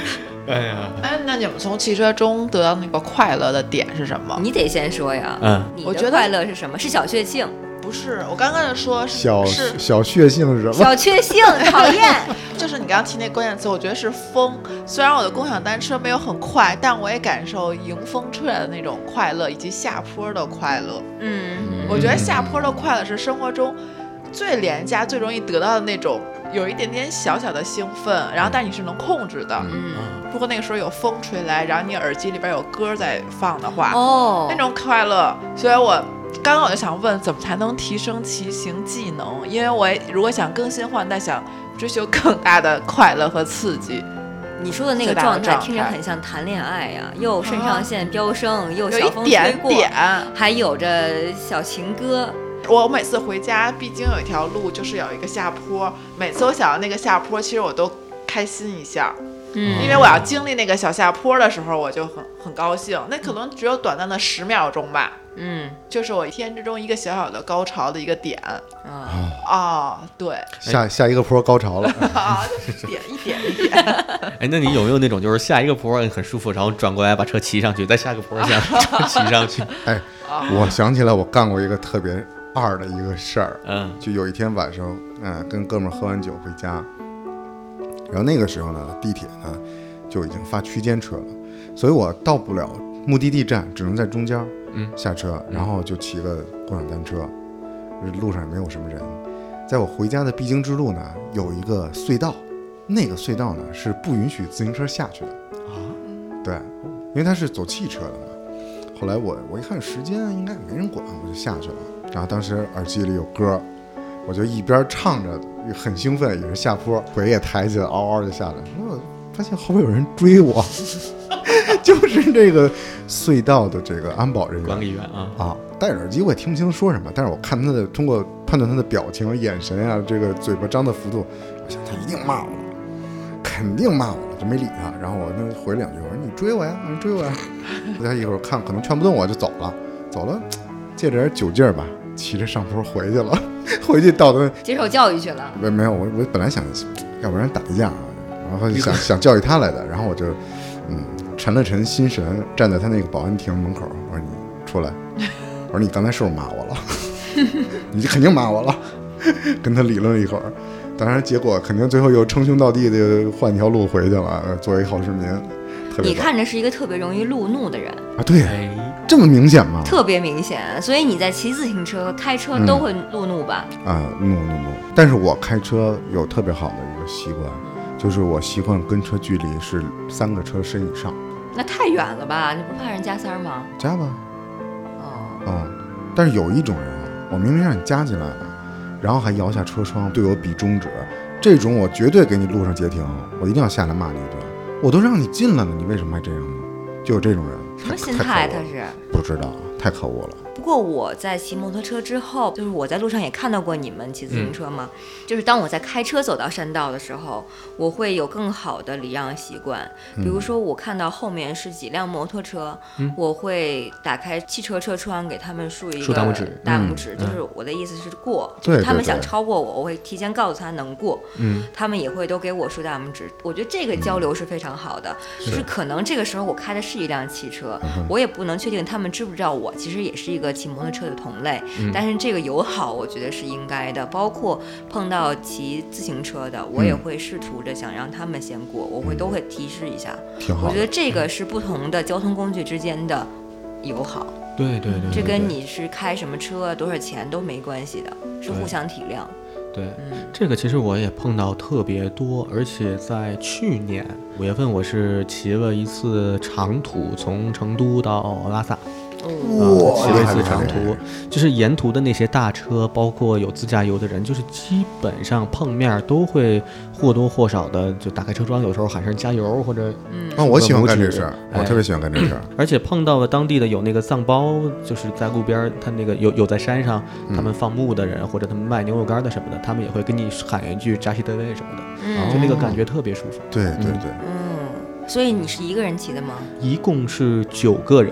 哎呀， 哎，那你们从汽车中得到那个快乐的点是什么？ 你得先说呀。 嗯， 你我觉得的快乐是什么？是小确幸。 不是，我刚刚就说小是小确幸是什么？ 小确幸，讨厌。 就是你刚刚提那关键词，我觉得是风。虽然我的共享单车没有很快，但我也感受迎风吹来的那种快乐，以及下坡的快乐。 嗯， 我觉得下坡的快乐是生活中最廉价、最容易得到的那种，有一点点小小的兴奋，然后但你是能控制的。 嗯， 如果那个时候有风吹来，然后你耳机里边有歌在放的话， 哦， 那种快乐。所以我刚刚我就想问，怎么才能提升骑行技能？因为我如果想更新换代，想追求更大的快乐和刺激。 你说的那个状态听着很像谈恋爱呀、啊，又肾上腺飙升，啊、又小风吹过， 有一点点还有着小情歌。 我每次回家，必经有一条路，就是有一个下坡。每次我想到那个下坡，其实我都开心一下。嗯，因为我要经历那个小下坡的时候，我就很很高兴。那可能只有短暂的十秒钟吧。 嗯， 就是我一天之中一个小小的高潮的一个点。 啊啊，对， 下下一个坡高潮了。 啊，就是点一点一点。 哎，那你有没有那种就是下一个坡很舒服，然后转过来把车骑上去，再下个坡下车骑上去？ 哎，我想起来我干过一个特别二的一个事儿。 嗯， 就有一天晚上，嗯，跟哥们儿喝完酒回家。然后那个时候呢，地铁呢就已经发区间车了，所以我到不了目的地站，只能在中间嗯下车，然后就骑个共享单车，路上也没有什么人。在我回家的必经之路呢，有一个隧道，那个隧道呢是不允许自行车下去的啊，对，因为它是走汽车的嘛。后来我我一看时间应该没人管，我就下去了。然后当时耳机里有歌，我就一边唱着，很兴奋，也是下坡，腿也抬起来，嗷嗷就下来。我发现后边有人追我，就是这个隧道的这个安保人员、 管理员啊啊，戴着耳机我也听不清说什么，但是我看他的，通过判断他的表情、眼神啊，这个嘴巴张的幅度，我想他一定骂我了，肯定骂我了，就没理他。然后我那回两句，我说你追我呀，你追我呀。他一会儿看可能劝不动我就走了，走了，借着点酒劲儿吧，骑着上坡回去了。回去到的接受教育去了。 没没有，我我本来想，要不然打一架，然后想想教育他来的，然后我就嗯沉了沉心神，站在他那个保安亭门口，我说你出来，我说你刚才是不是骂我了？你肯定骂我了，跟他理论了一会儿，当然结果肯定最后又称兄道弟的换条路回去了，作为好市民。 你看着是一个特别容易路怒的人啊，对， 哎、 这么明显吗？ 特别明显，所以你在骑自行车、开车都会路怒吧？ 嗯、啊，怒怒怒！但是我开车有特别好的一个习惯，就是我习惯跟车距离是三个车身以上。 那太远了吧？你不怕人加塞吗？ 加吧。 哦。 嗯，但是有一种人啊，我明明让你加进来了，然后还摇下车窗对我比中指，这种我绝对给你路上截停，我一定要下来骂你一顿。我都让你进来了，你为什么还这样呢？就有这种人， 什么心态？他是不知道，太可恶了。 不过我在骑摩托车之后，就是我在路上也看到过你们骑自行车嘛、嗯、就是当我在开车走到山道的时候，我会有更好的礼让习惯。比如说我看到后面是几辆摩托车、嗯、我会打开汽车车窗给他们竖一个大拇指大拇指、嗯、就是我的意思是过、 嗯、 就是他们想超过我，我会提前告诉他能过， 嗯， 他们也会都给我竖大拇指。我觉得这个交流是非常好的、嗯、就是可能这个时候我开的是一辆汽车、嗯、我也不能确定他们知不知道我其实也是一个骑摩托车的同类、嗯、但是这个友好我觉得是应该的。包括碰到骑自行车的，我也会试图着想让他们先过、嗯、我会都会提示一下。 挺好， 我觉得这个是不同的交通工具之间的友好。 对对 对, 对, 对， 这跟你是开什么车多少钱都没关系的，是互相体谅。 对，嗯、这个其实我也碰到特别多，而且在去年五月份我是骑了一次长途，从成都到拉萨。 哇、 嗯，骑了一次长途，就是沿途的那些大车，包括有自驾游的人，就是基本上碰面都会或多或少的就打开车窗，有时候喊声加油或者嗯， 啊，我喜欢干这事儿，我特别喜欢干这事儿、 哎。而且碰到了当地的有那个藏包，就是在路边，他那个有有在山上，他们放牧的人、嗯、或者他们卖牛肉干的什么的，他们也会跟你喊一句扎西德威什么的，嗯，就那个感觉特别舒服。 对对对， 嗯，所以你是一个人骑的吗？ 一共是九个人。 嗯，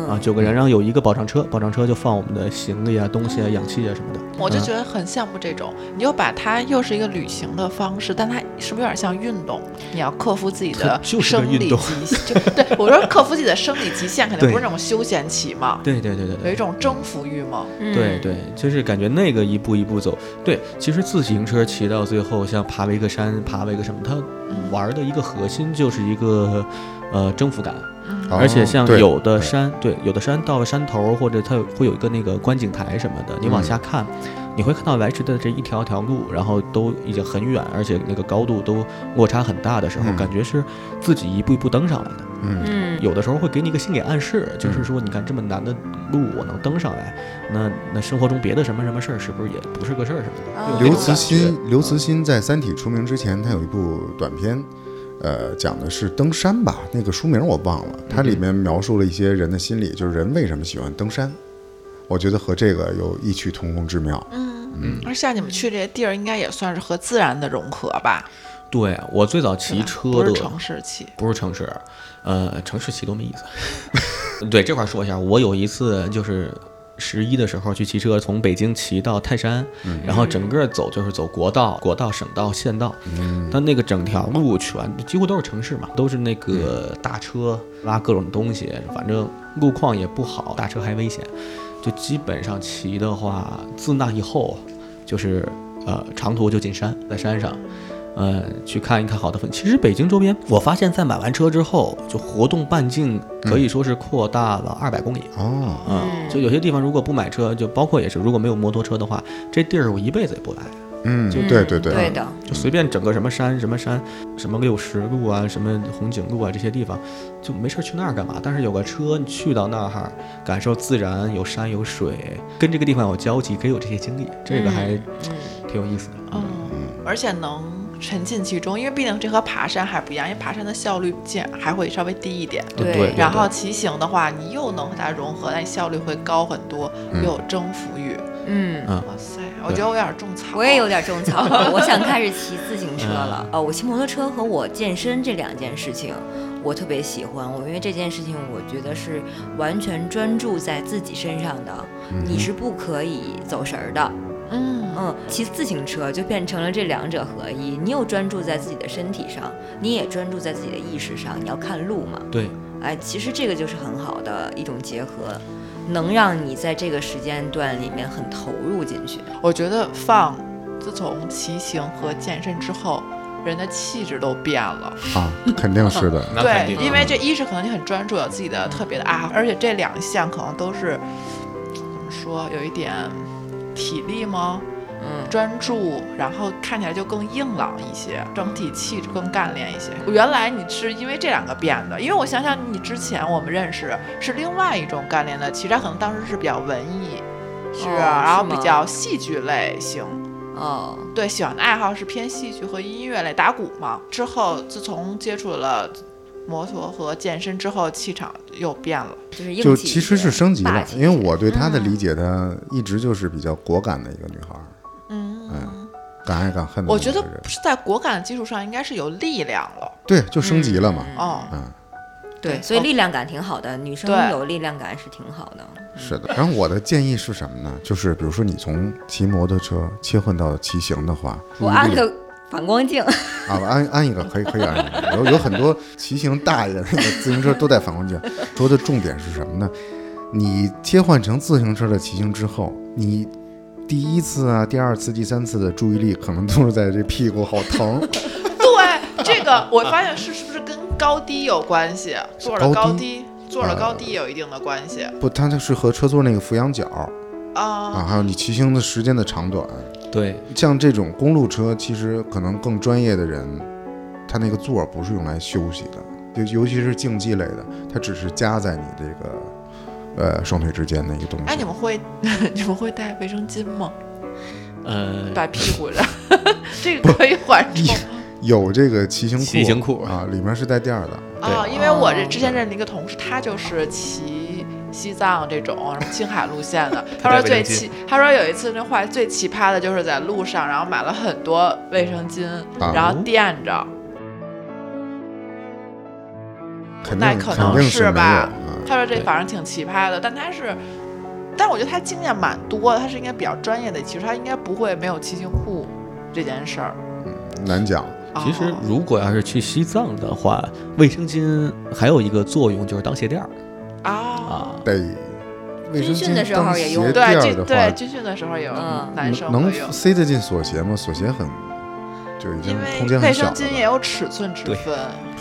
啊，九个人，然后有一个保障车，保障车就放我们的行李啊、东西啊、氧气啊什么的。 我就觉得很羡慕这种，你又把它又是一个旅行的方式，但它是不是有点像运动？你要克服自己的生理极限，对，我说克服自己的生理极限，肯定不是那种休闲骑嘛。 对对对对， 有一种征服欲嘛。 对对，就是感觉那个一步一步走。对，其实自行车骑到最后，像爬维克山、爬维克什么，它玩的一个核心就是一个呃征服感。而且像有的山，哦、对, 对，有的山到了山头，或者它会有一个那个观景台什么的，你往下看，嗯、你会看到来迟的这一条条路，然后都已经很远，而且那个高度都落差很大的时候，嗯、感觉是自己一步一步登上来的。 嗯， 有的时候会给你一个心理暗示，就是说，你看这么难的路我能登上来，那那生活中别的什么什么事儿是不是也不是个事儿什么的？ 哦、刘慈欣，刘慈欣在《三体》出名之前，他有一部短片。呃，讲的是登山吧，那个书名我忘了，它里面描述了一些人的心理，就是人为什么喜欢登山。我觉得和这个有异曲同工之妙。 嗯嗯，而像你们去这些地儿，应该也算是和自然的融合吧？ 对，我最早骑车的不是城市骑， 不是城市，呃，城市骑多没意思。对，这块说一下，我有一次就是。十一的时候去骑车，从北京骑到泰山，嗯、然后整个走就是走国道、国道、省道、县道，嗯，它那个整条路全几乎都是城市嘛，都是那个大车拉各种东西，反正路况也不好，大车还危险，就基本上骑的话，自那以后就是呃长途就进山，在山上。呃，去看一看好的风景。其实北京周边，我发现在买完车之后，就活动半径可以说是扩大了二百公里。 哦， 嗯，就有些地方如果不买车，就包括也是，如果没有摩托车的话，这地儿我一辈子也不来。 嗯，对对对， 对的， 就随便整个什么山什么山，什么六十路啊，什么红景路啊，这些地方就没事去那儿干嘛？但是有个车，你去到那儿感受自然，有山有水，跟这个地方有交集，可以有这些经历，这个还挺有意思的。 嗯，嗯而且能沉浸其中，因为毕竟这和爬山还不一样，因为爬山的效率键还会稍微低一点。 对，对然后骑行的话，你又能和它融合，但效率会高很多，又有征服欲。 嗯， 哇塞，我觉得我有点种草。 我也有点种草，我想开始骑自行车了。呃，我骑摩托车和我健身这两件事情，我特别喜欢。我因为这件事情，我觉得是完全专注在自己身上的，嗯、你是不可以走神儿的。嗯嗯，骑自行车就变成了这两者合一，你又专注在自己的身体上，你也专注在自己的意识上，你要看路嘛。 对， 哎，其实这个就是很好的一种结合，能让你在这个时间段里面很投入进去。 我觉得放自从骑行和健身之后，人的气质都变了啊，肯定是的。 对，因为这一是可能你很专注，有自己的特别的爱好，而且这两项可能都是怎么说，有一点体力吗？嗯，专注，然后看起来就更硬朗一些，整体气质更干练一些。原来你是因为这两个变的，因为我想想你之前我们认识是另外一种干练的，其实他可能当时是比较文艺，是， 哦、 然后比较戏剧类型。 哦， 对，喜欢的爱好是偏戏剧和音乐类，打鼓嘛。之后自从接触了摩托和健身之后，气场又变了， 就是硬就其实是升级了。因为我对她的理解，她、 嗯、 一直就是比较果敢的一个女孩。 嗯嗯，敢爱敢恨的。 我觉得在果敢的基础上，应该是有力量了。 对，就升级了嘛。 嗯、哦， 嗯， 对，所以力量感挺好的，女生有力量感是挺好的。 是的。然后我的建议是什么呢？就是比如说你从骑摩托车切换到骑行的话， 我安个反光镜啊， 安安一个可以可以安一个。有有很多骑行大爷的那个自行车都带反光镜。说的重点是什么呢？你切换成自行车的骑行之后，你第一次啊、第二次、第三次的注意力可能都是在这屁股好疼。 对，这个我发现是是不是跟高低有关系？坐了高低，坐了高低有一定的关系。 不，它就是和车座那个俯仰角啊啊，还有你骑行的时间的长短。 对，像这种公路车，其实可能更专业的人，他那个座不是用来休息的，就尤其是竞技类的，它只是夹在你这个。呃，双腿之间的一个东西。 哎，你们会你们会带卫生巾吗？ 呃， 把屁股上，这个可以缓冲。 有这个骑行裤， 骑行裤啊，里面是带垫的。 啊，因为我这之前认识一个同事，他就是骑西藏这种什么青海路线的。他说最奇，他说有一次那话最奇葩的就是在路上，然后买了很多卫生巾， 啊、 然后垫着。 肯定那可能是吧。 啊他说这反正挺奇葩的，但他是，但我觉得他经验蛮多的，他是应该比较专业的，其实他应该不会没有骑行裤这件事儿。 嗯，难讲。 其实如果要是去西藏的话，卫生巾还有一个作用就是当鞋垫儿啊啊， 对。 军训的时候也用， 对军对军训的时候有男生能塞得进锁鞋吗？锁鞋很就已经空间很小了。 卫生巾也有尺寸之分。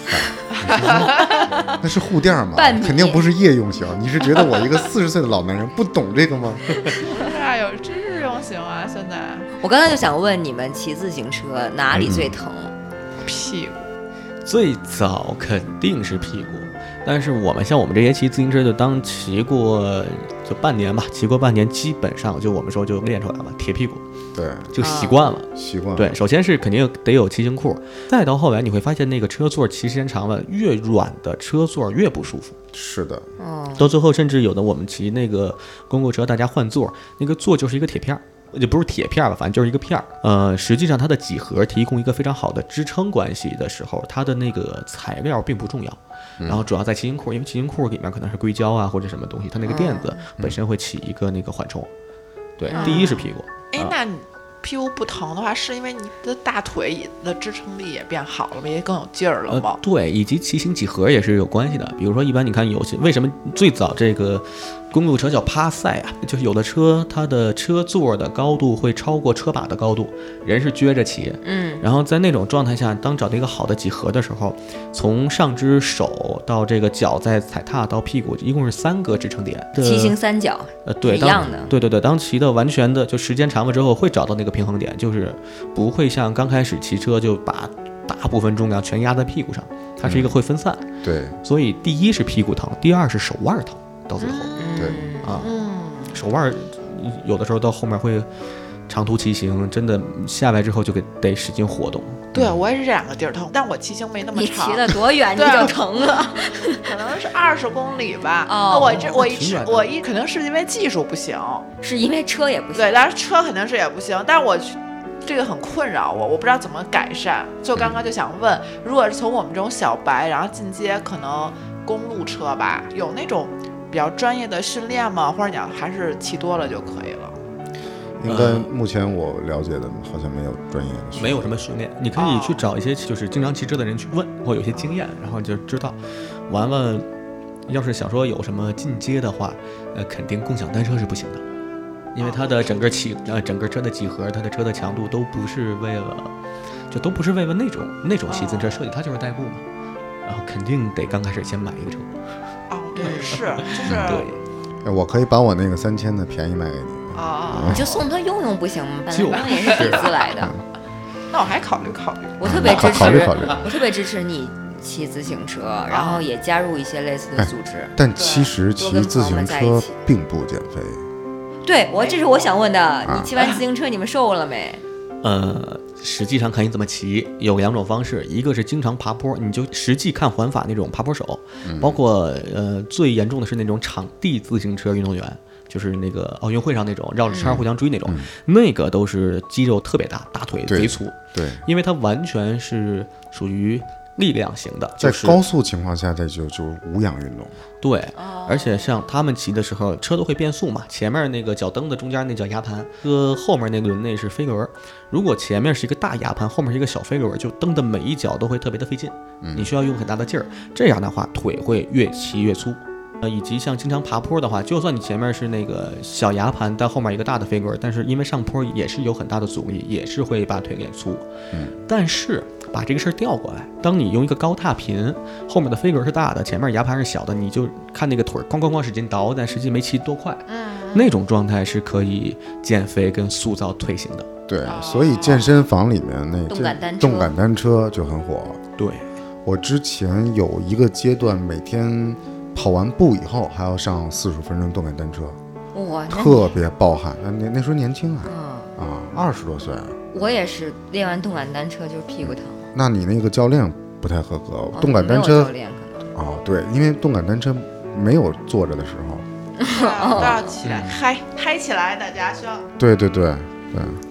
那是护垫嘛，肯定不是夜用型。你是觉得我一个四十岁的老男人不懂这个吗？ 是啊，有日用型啊。现在我刚才就想问你们，骑自行车哪里最疼？ 嗯、 屁股。 最早肯定是屁股。但是我们像我们这些骑自行车，就当骑过就半年吧，骑过半年，基本上就我们说就练出来了，铁屁股， 对， 就习惯了， 习惯了。 对，首先是肯定得有骑行裤，再到后来你会发现那个车座骑时间长了，越软的车座越不舒服。 是的， 哦， 到最后甚至有的我们骑那个公共车，大家换座，那个座就是一个铁片儿。也不是铁片了，反正就是一个片儿。呃，实际上它的几何提供一个非常好的支撑关系的时候，它的那个材料并不重要。然后主要在骑行裤，因为骑行裤里面可能是硅胶啊或者什么东西，它那个垫子本身会起一个那个缓冲。对，第一是屁股。 哎，那你屁股不疼的话，是因为你的大腿的支撑力也变好了吗？也更有劲儿了吗？ 呃，对，以及骑行几何也是有关系的。比如说，一般你看有些为什么最早这个公路车叫趴赛啊，就是有的车它的车座的高度会超过车把的高度，人是撅着骑， 嗯， 然后在那种状态下，当找到一个好的几何的时候，从上肢手到这个脚再踩踏到屁股，一共是三个支撑点。 骑行三角， 呃，对， 一样的， 对对对，当骑的完全的就时间长了之后，会找到那个平衡点，就是不会像刚开始骑车就把大部分重量全压在屁股上，它是一个会分散。 嗯、对， 所以第一是屁股疼，第二是手腕疼，到最后， 嗯、 对啊， 嗯， 手腕有的时候到后面会长途骑行，真的下来之后就给得使劲活动。 对，我也是这两个地儿疼，但我骑行没那么长。 你骑了多远你就疼了？ 可能是二十公里吧。 哦， 我这我一我一肯定是因为技术不行， 是因为车也不行。 对，但是车肯定是也不行，但是我这个很困扰我，我不知道怎么改善。就刚刚就想问，如果是从我们这种小白，然后进阶可能公路车吧，有那种比较专业的训练吗？或者讲还是骑多了就可以了？ 应该目前我了解的好像没有专业的训练， 没有什么训练，你可以去找一些就是经常骑车的人去问，或有些经验，然后就知道。完了，要是想说有什么进阶的话，呃，肯定共享单车是不行的，因为它的整个起呃整个车的几何，它的车的强度都不是为了，就都不是为了那种那种骑自行车设计，它就是代步嘛。然后肯定得刚开始先买一个车。 哦，对，是，就是对。 我可以把我那个三千的便宜卖给你。 啊， 你就送他用用不行吗？本来也是底子来的。 那我还考虑考虑。 我特别支持， 考虑考虑。 我特别支持你骑自行车，然后也加入一些类似的组织。 但其实骑自行车并不减肥。 对，我这是我想问的，你骑完自行车你们瘦了没？ 呃，实际上看你怎么骑，有两种方式，一个是经常爬坡，你就实际看环法那种爬坡手， 嗯、 包括呃最严重的是那种场地自行车运动员。就是那个奥运会上那种绕着圈互相追那种， 嗯、 那个都是肌肉特别大，大腿贼粗。 对， 因为它完全是属于力量型的， 在就是、 高速情况下，这就就无氧运动。 对，而且像他们骑的时候，车都会变速嘛，前面那个脚蹬的中间那叫牙盘，和后面那个轮内是飞轮。如果前面是一个大牙盘，后面是一个小飞轮，就蹬的每一脚都会特别的费劲， 嗯、 你需要用很大的劲儿，这样的话腿会越骑越粗。呃，以及像经常爬坡的话，就算你前面是那个小牙盘，但后面一个大的飞轮，但是因为上坡也是有很大的阻力，也是会把腿给粗。 嗯， 但是把这个事儿调过来，当你用一个高踏频，后面的飞轮是大的，前面牙盘是小的，你就看那个腿咣咣咣使劲倒，但实际没骑多快。 嗯， 那种状态是可以减肥跟塑造腿型的。 对，所以健身房里面那动感单车动感单车就很火。 对， 我之前有一个阶段，每天跑完步以后还要上四十分钟动感单车， 哇， 特别暴汗。那那时候年轻啊， 嗯、 啊，二十多岁。 我也是练完动感单车就是屁股疼。 那你那个教练不太合格， 哦、 动感单车。 教练可能。 哦，对，因为动感单车没有坐着的时候， 都要起来嗨嗨起来，大家需要。 对对对对。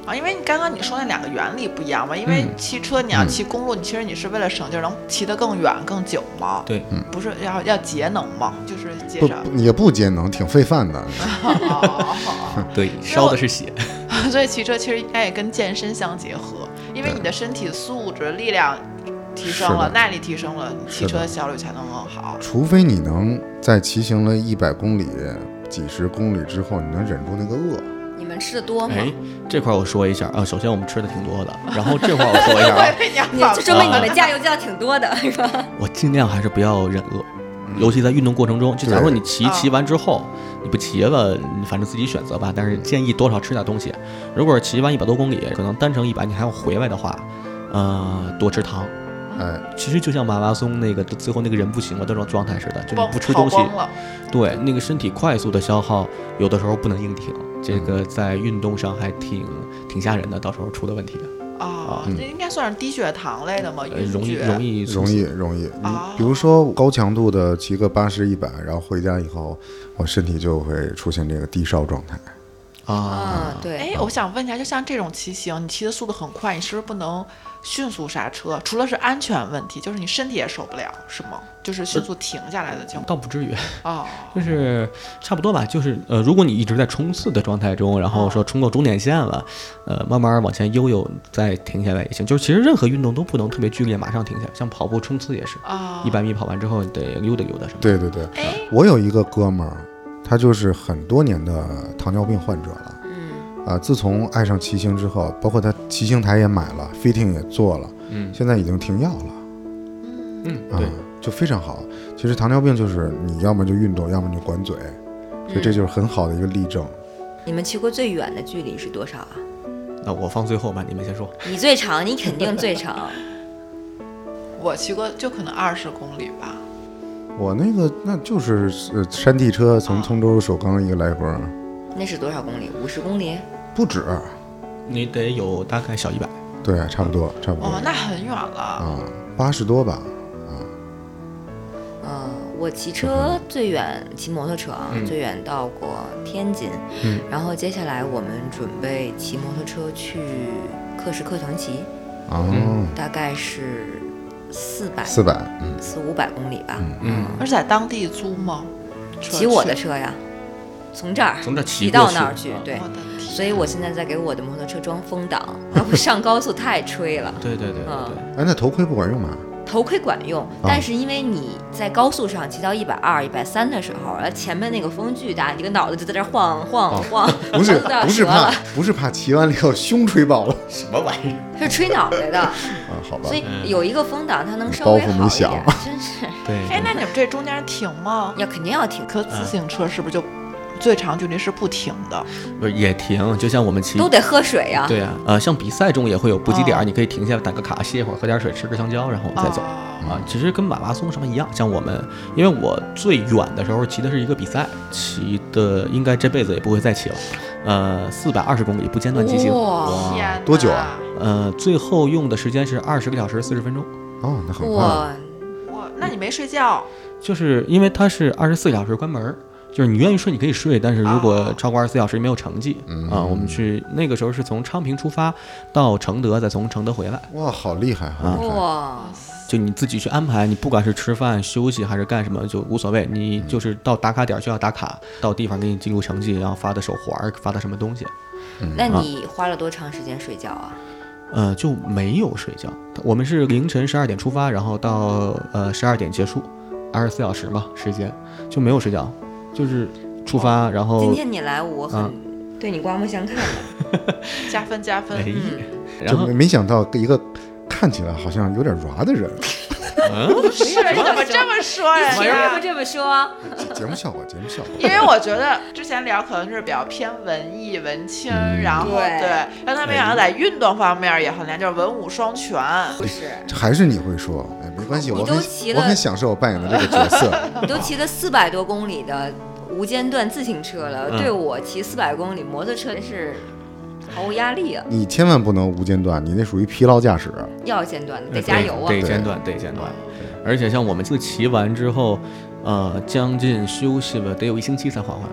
啊，因为你刚刚你说那两个原理不一样嘛，因为汽车你要骑公路，你其实你是为了省劲儿，能骑得更远更久嘛。 对， 嗯， 不是要要节能嘛，就是节省。 不也不节能，挺费饭的。 对，烧的是血。 所以骑车其实应该也跟健身相结合，因为你的身体素质、力量提升了，耐力提升了，你骑车的效率才能更好。 除非你能在骑行了一百公里、几十公里之后，你能忍住那个饿。 你们吃的多吗？ 哎，这块我说一下啊，首先我们吃的挺多的，然后这块我说一下啊， 你就说明你们加油加挺多的，是吧？ 我尽量还是不要忍饿，尤其在运动过程中，就假如说你骑骑完之后，你不骑了，你反正自己选择吧。但是建议多少吃点东西。如果骑完一百多公里，可能单程一百你还要回来的话，呃，多吃糖。 哎， 其实就像马拉松那个最后那个人不行了这种状态似的，就你不吃东西，对那个身体快速的消耗，有的时候不能硬挺，这个在运动上还挺挺吓人的，到时候出的问题。 啊，这应该算是低血糖类的吗？ 呃、容易容易容易容易。啊、比如说高强度的骑个八十一百，然后回家以后，我身体就会出现这个低烧状态。 啊， 对。 哎，我想问一下，就像这种骑行，你骑的速度很快，你是不是不能迅速刹车？除了是安全问题，就是你身体也受不了，是吗？就是迅速停下来的情况？ 倒不至于哦， 就是差不多吧。就是呃，如果你一直在冲刺的状态中，然后说冲过终点线了，呃，慢慢往前悠悠，再停下来也行。就是其实任何运动都不能特别剧烈，马上停下来。像跑步、冲刺也是， 啊， 一百米跑完之后得溜达溜达什么。 对对对，我有一个哥们儿。他就是很多年的糖尿病患者了，嗯，啊，自从爱上骑行之后，包括他骑行台也买了 ，fitting 也做了，嗯，现在已经停药了， 嗯，对， 啊，就非常好。其实糖尿病就是你要么就运动，要么就管嘴，所以这就是很好的一个例证。 你们骑过最远的距离是多少啊？ 那我放最后吧，你们先说。 你最长，你肯定最长。 我骑过就可能二十公里吧。 我那个那就是呃山地车从通州首钢一个来回， 那是多少公里？五十公里？ 不止， 你得有大概小一百。 对，差不多，差不多。 哦，那很远了。 啊，八十多吧，啊。 呃，我骑车最远，骑摩托车啊， 嗯、 最远到过天津。 嗯。 然后接下来我们准备骑摩托车去克什克腾旗。 哦。 嗯、大概是。四百四百，嗯， 四五百公里吧， 嗯嗯， 而是在当地租吗？ 骑我的车呀，从这儿从这骑到那儿去，对， 我的天， 所以我现在在给我的摩托车装风挡，要不上高速太吹了。 对对对对对。 哎，那头盔不管用吗？ 头盔管用，但是因为你在高速上骑到一百二、一百三的时候，呃，前面那个风巨大，你这个脑子就在这晃晃晃， 不是不是怕不是怕骑完了以后胸吹爆了， 什么玩意儿？是吹脑袋的啊， 好吧。 所以有一个风挡，它能稍微好一点，真是。 对。 哎，那你们这中间停吗？ 要肯定要停。 可自行车是不是就？最长距离是不停的， 不是也停，就像我们骑都得喝水呀、啊。 对呀、啊，呃，像比赛中也会有补给点，哦、你可以停下来打个卡，歇会儿，喝点水，吃根香蕉，然后再走。哦、啊，其实跟马拉松什么一样。像我们，因为我最远的时候骑的是一个比赛，骑的应该这辈子也不会再骑了。呃，四百二十公里不间断骑行。 哇， 多久啊？ 呃，最后用的时间是二十个小时四十分钟。 哦，那很快。 哇， 哇，那你没睡觉？ 就是因为它是二十四小时关门。就是你愿意睡你可以睡，但是如果超过二十四小时没有成绩、 嗯、 啊。我们去那个时候是从昌平出发到承德，再从承德回来。 哇，好厉害啊！ 哇， 就你自己去安排，你不管是吃饭、休息还是干什么，就无所谓。你就是到打卡点就要打卡，到地方给你记录成绩，然后发的手环，发的什么东西。 嗯、 那你花了多长时间睡觉啊？ 呃，就没有睡觉。我们是凌晨十二点出发，然后到呃十二点结束，二十四小时嘛时间就没有睡觉。就是出发，然后今天你来，我很对你刮目相看的， 加分加分。 嗯、然后没想到一个看起来好像有点软的人， 嗯， 不是，你怎么这么说人家？ 为什么这么说？ 节目效果，节目效果。 因为我觉得之前聊可能是比较偏文艺文青，嗯、然后对，让他没想到在运动方面也很厉害，就是文武双全。 不是， 还是你会说，哎，没关系，我很我很享受我扮演的这个角色。 你都骑了四百多公里的无间断自行车了， 嗯、 对我骑四百公里摩托车是毫无压力啊！ 你千万不能无间断，你那属于疲劳驾驶。 要间断的，得加油啊！ 得间断，得间断。而且像我们这骑完之后，呃，将近休息了得有一星期才缓回来。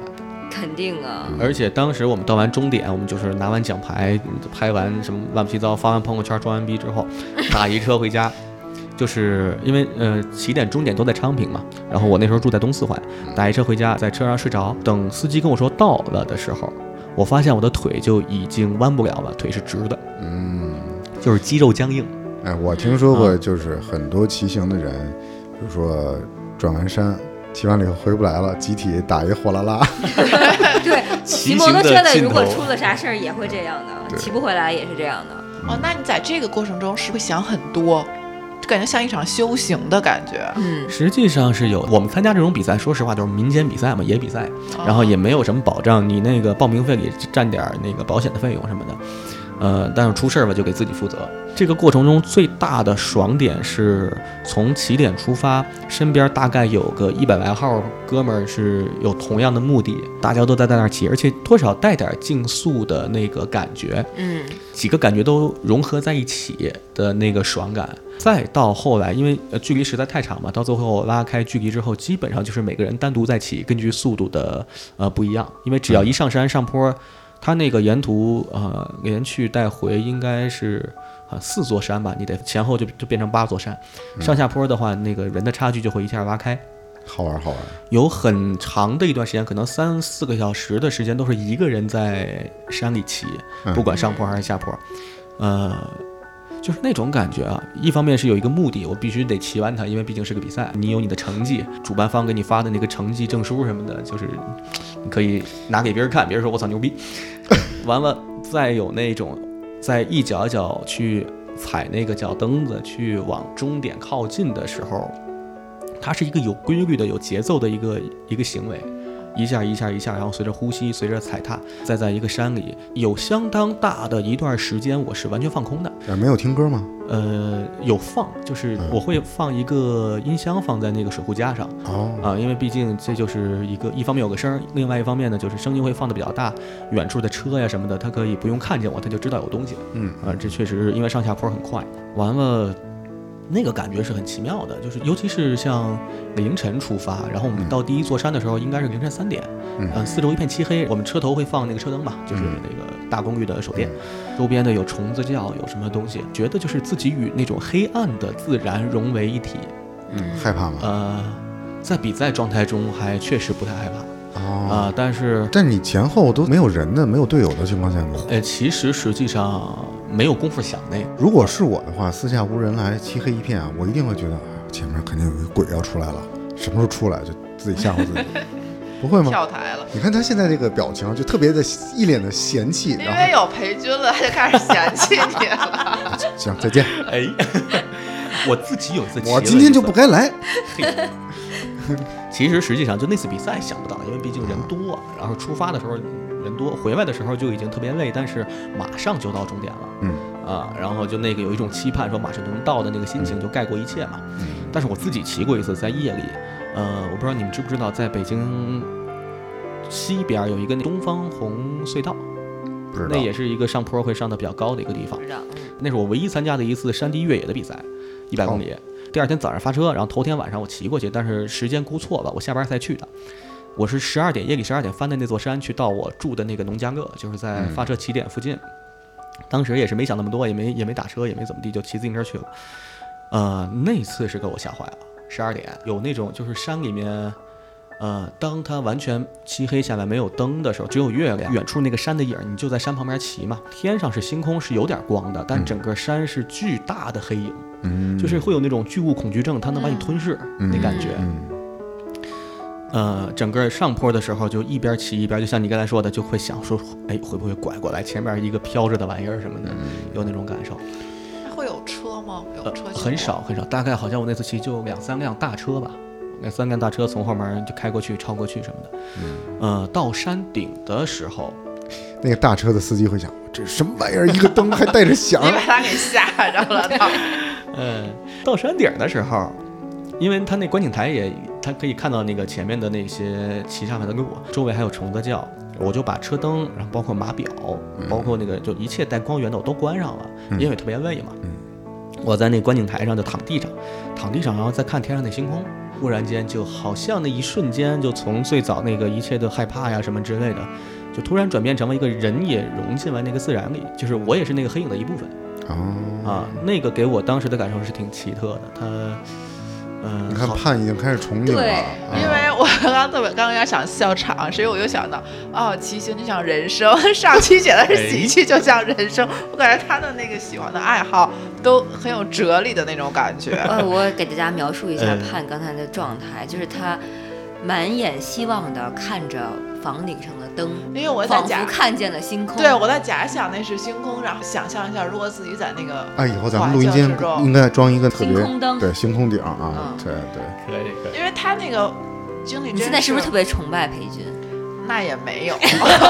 肯定啊。 而且当时我们到完终点，我们就是拿完奖牌，拍完什么乱七八糟，发完朋友圈，装完逼之后，打一车回家。就是因为呃起点终点都在昌平嘛，然后我那时候住在东四环，打一车回家，在车上睡着，等司机跟我说到了的时候，我发现我的腿就已经弯不了了，腿是直的，嗯，就是肌肉僵硬。 哎，我听说过，就是很多骑行的人，比如说转完山，骑完了以后回不来了，集体打一货拉拉。 对，骑摩托车的如果出了啥事儿也会这样的，骑不回来也是这样的。 哦，那你在这个过程中是会想很多。感觉像一场修行的感觉， 嗯，实际上是有。我们参加这种比赛，说实话就是民间比赛嘛，野比赛，然后也没有什么保障，你那个报名费里占点那个保险的费用什么的，呃，但是出事儿吧就给自己负责。这个过程中最大的爽点是从起点出发，身边大概有个一百来号哥们儿是有同样的目的，大家都在在那儿骑，而且多少带点竞速的那个感觉，嗯，几个感觉都融合在一起的那个爽感。再到后来，因为呃距离实在太长嘛，到最后拉开距离之后，基本上就是每个人单独在骑，根据速度的呃不一样，因为只要一上山上坡，它那个沿途呃连去带回应该是啊四座山吧，你得前后就就变成八座山，上下坡的话，那个人的差距就会一下拉开。 好玩好玩， 有很长的一段时间，可能三四个小时的时间都是一个人在山里骑，不管上坡还是下坡，呃。就是那种感觉啊，一方面是有一个目的，我必须得骑完它，因为毕竟是个比赛，你有你的成绩，主办方给你发的那个成绩证书什么的，就是你可以拿给别人看，别人说我操牛逼。完了，再有那种在一脚一脚去踩那个脚蹬子去往终点靠近的时候，它是一个有规律的、有节奏的一个一个行为。一下一下一下，然后随着呼吸，随着踩踏，再在一个山里，有相当大的一段时间，我是完全放空的。 没有听歌吗？ 呃，有放，就是我会放一个音箱放在那个水壶架上。哦，啊，因为毕竟这就是一个，一方面有个声，另外一方面呢，就是声音会放的比较大，远处的车呀什么的，它可以不用看见我，它就知道有东西。嗯，啊，这确实因为上下坡很快，完了。那个感觉是很奇妙的，就是尤其是像凌晨出发，然后我们到第一座山的时候，应该是凌晨三点，嗯、呃，四周一片漆黑，我们车头会放那个车灯嘛，就是那个大功率的手电，嗯、周边的有虫子叫，有什么东西，觉得就是自己与那种黑暗的自然融为一体。 嗯，害怕吗？ 呃，在比赛状态中还确实不太害怕。哦，啊、呃，但是但你前后都没有人的、没有队友的情况下呢？ 呃，其实实际上没有功夫想那个。 如果是我的话，四下无人来，漆黑一片啊，我一定会觉得啊，前面肯定有一个鬼要出来了，什么时候出来就自己吓唬自己。不会吗？ 跳台了。 你看他现在这个表情，就特别的一脸的嫌弃。 因为有裴军了，他就开始嫌弃你了。 行，再见。 哎，我自己有一次， 我今天就不该来。 其实实际上就那次比赛想不到，因为毕竟人多，然后出发的时候人多，回来的时候就已经特别累，但是马上就到终点了。嗯啊，然后就那个有一种期盼，说马上就能到的那个心情就盖过一切嘛。嗯，但是我自己骑过一次，在夜里。呃，我不知道你们知不知道，在北京西边有一个东方红隧道， 不知道， 那也是一个上坡会上的比较高的一个地方。那是我唯一参加的一次山地越野的比赛，一百公里。哦、第二天早上发车，然后头天晚上我骑过去，但是时间估错了，我下班才去的。我是十二点夜里十二点翻的那座山，去到我住的那个农家乐，就是在发车起点附近。嗯、当时也是没想那么多，也没也没打车，也没怎么地，就骑自行车去了。呃，那次是给我吓坏了。十二点有那种就是山里面，呃，当它完全漆黑下来没有灯的时候，只有月亮，远处那个山的影，你就在山旁边骑嘛。天上是星空是有点光的，但整个山是巨大的黑影，嗯，就是会有那种巨物恐惧症，它能把你吞噬，嗯、那感觉。嗯呃，整个上坡的时候就一边骑一边，就像你刚才说的，就会想说，哎，会不会拐过来前面一个飘着的玩意儿什么的，有那种感受。 会有车吗？有车、呃、 很少很少，大概好像我那次骑就两三辆大车吧，那三辆大车从后面就开过去、超过去什么的。嗯，呃，到山顶的时候， 那个大车的司机会想，这是什么玩意儿？一个灯还带着响， 你把他给吓着了。 嗯，到山顶的时候，因为他那观景台也，他可以看到那个前面的那些骑上来的路，周围还有虫子叫。我就把车灯，然后包括码表，嗯、包括那个就一切带光源的我都关上了，嗯、因为特别累嘛。嗯、我在那观景台上就躺地上，躺地上，然后再看天上那星空， 忽然间就好像那一瞬间就从最早那个一切的害怕呀什么之类的，就突然转变成了一个人也融进了那个自然里，就是我也是那个黑影的一部分。 哦啊，那个给我当时的感受是挺奇特的，他。嗯， 你看盼已经开始憧憬了， 对， 啊、 因为我刚刚特别刚刚要想笑场，所以我又想到，哦，骑行就像人生，上期写的是喜剧就像人生，我感觉他的那个喜欢的爱好都很有哲理的那种感觉。 呃，我给大家描述一下盼刚才的状态，就是他满眼希望的看着房顶上的灯， 因为我在假仿佛看见了星空。 对，我在假想那是星空，然后想象一下，如果自己在那个哎，以后咱们录音间应该装一个特别星空灯， 对，星空顶啊， 嗯、 对对， 可以可以。 因为他那个经历， 你现在是不是特别崇拜裴军？ 那也没有， 可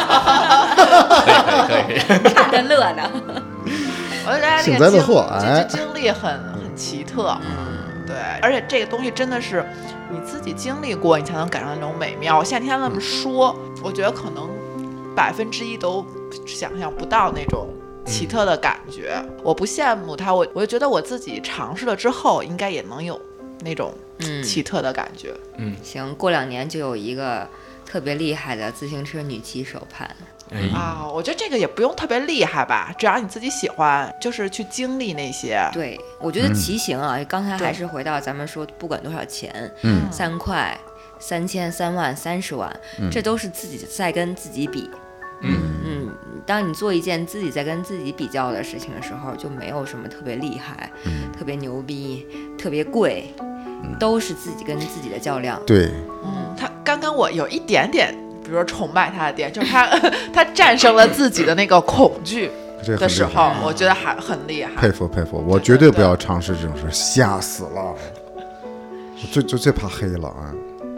以可以可以， 看着乐呢。 我觉得幸灾乐祸， 哎，这经历很很奇特， 嗯， 对，而且这个东西真的是你自己经历过，你才能感受到那种美妙。我现在听他那么说，我觉得可能百分之一都想象不到那种奇特的感觉。嗯、我不羡慕他，我我就觉得我自己尝试了之后，应该也能有那种奇特的感觉。 嗯， 行，过两年就有一个特别厉害的自行车女骑手盼。 哎啊，我觉得这个也不用特别厉害吧，只要你自己喜欢，就是去经历那些。 对，我觉得骑行啊， 嗯、 刚才还是回到咱们说，不管多少钱， 嗯， 三块、三千、三万、三十万， 嗯、 这都是自己在跟自己比。 嗯嗯，当你做一件自己在跟自己比较的事情的时候，就没有什么特别厉害、 嗯、 特别牛逼、特别贵， 嗯、 都是自己跟自己的较量。 对， 嗯，他刚刚我有一点点。比如说崇拜他的点，就是他他战胜了自己的那个恐惧的时候，我觉得还很厉害， 佩服佩服。我绝对不要尝试这种事，吓死了。我最最最怕黑了啊！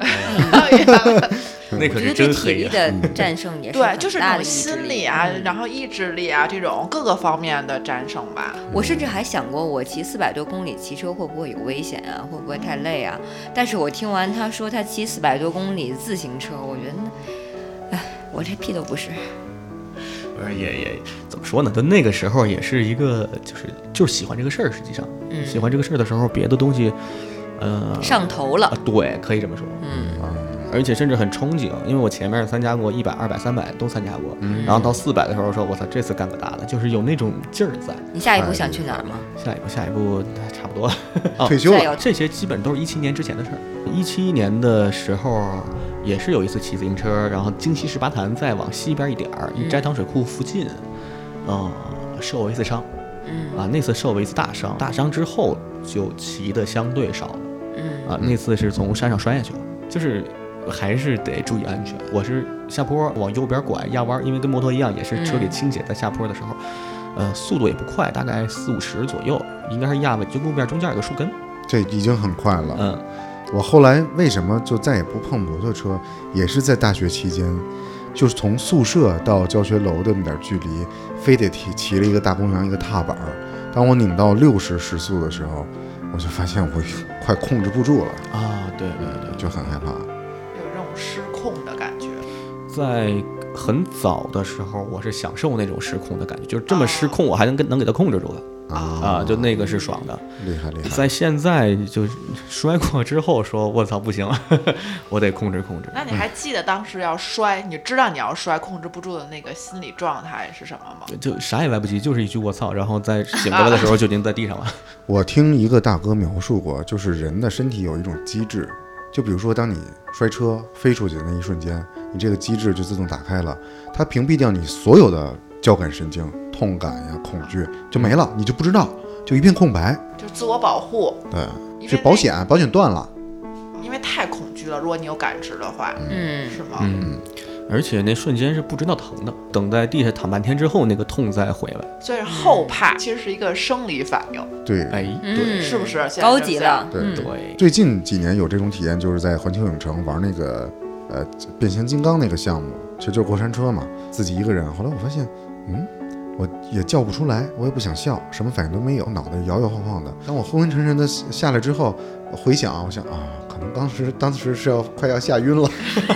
那可是真黑啊！的战胜也是对，就是那种心理啊，然后意志力啊，这种各个方面的战胜吧。 我甚至还想过，我骑四百多公里骑车会不会有危险啊？会不会太累啊？但是我听完他说他骑四百多公里自行车，我觉得，哎，我这屁都不是。 也也怎么说呢？就那个时候也是一个，就是就是喜欢这个事儿。实际上， 嗯、 喜欢这个事儿的时候，别的东西，呃， 上头了。 啊、对，可以这么说。 嗯。 而且甚至很憧憬，因为我前面参加过一百、二百、三百都参加过， 嗯、 然后到四百的时候说，我操，这次干个大的，就是有那种劲儿在。 你下一步想去哪儿吗？ 下一步，下一步差不多了， 哦、退休了。 这些基本都是一七年之前的事儿。一七年的时候，也是有一次骑自行车，然后京西十八潭再往西边一点儿，一斋堂水库附近，呃，受了一次伤。 嗯。 啊，那次受了一次大伤，大伤之后就骑的相对少了。 嗯。 啊，那次是从山上摔下去了，就是。还是得注意安全。我是下坡往右边拐压弯，因为跟摩托一样，也是车给倾斜在下坡的时候，嗯、呃，速度也不快，大概四五十左右，应该是压尾就路面中间有个树根， 这已经很快了。 嗯， 我后来为什么就再也不碰摩托车，也是在大学期间，就是从宿舍到教学楼的那点距离，非得骑骑了一个大公羊一个踏板，当我拧到六十时速的时候，我就发现我快控制不住了啊，对对对， 就很害怕。 失控的感觉， 在很早的时候，我是享受那种失控的感觉，就是这么失控，我还能跟能给它控制住的啊啊，就那个是爽的， 厉害厉害。 在现在就摔过之后说，我操不行，我得控制控制。 那你还记得当时要摔，你知道你要摔控制不住的那个心理状态是什么吗？ 就啥也来不及，就是一句我操，然后在醒过来的时候就已经在地上了。 我听一个大哥描述过，就是人的身体有一种机制。就比如说，当你摔车飞出去的那一瞬间，你这个机制就自动打开了，它屏蔽掉你所有的交感神经、痛感呀、恐惧就没了，你就不知道，就一片空白， 就自我保护。 对，是保险，保险断了， 因为太恐惧了。如果你有感知的话， 嗯， 是吗？ 嗯，而且那瞬间是不知道疼的，等在地下躺半天之后，那个痛再回来。 所以后怕其实是一个生理反应。 对， 哎， 对， 是不是高级了？ 对对。 最近几年有这种体验，就是在环球影城玩那个呃变形金刚那个项目，其实就是过山车嘛，自己一个人。后来我发现，嗯，我也叫不出来，我也不想笑，什么反应都没有，脑袋摇摇晃晃的。当我昏昏沉沉的下来之后，回想，我想啊，可能当时当时是要快要吓晕了。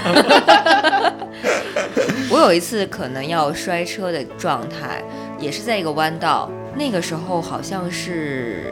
我有一次可能要摔车的状态，也是在一个弯道，那个时候好像是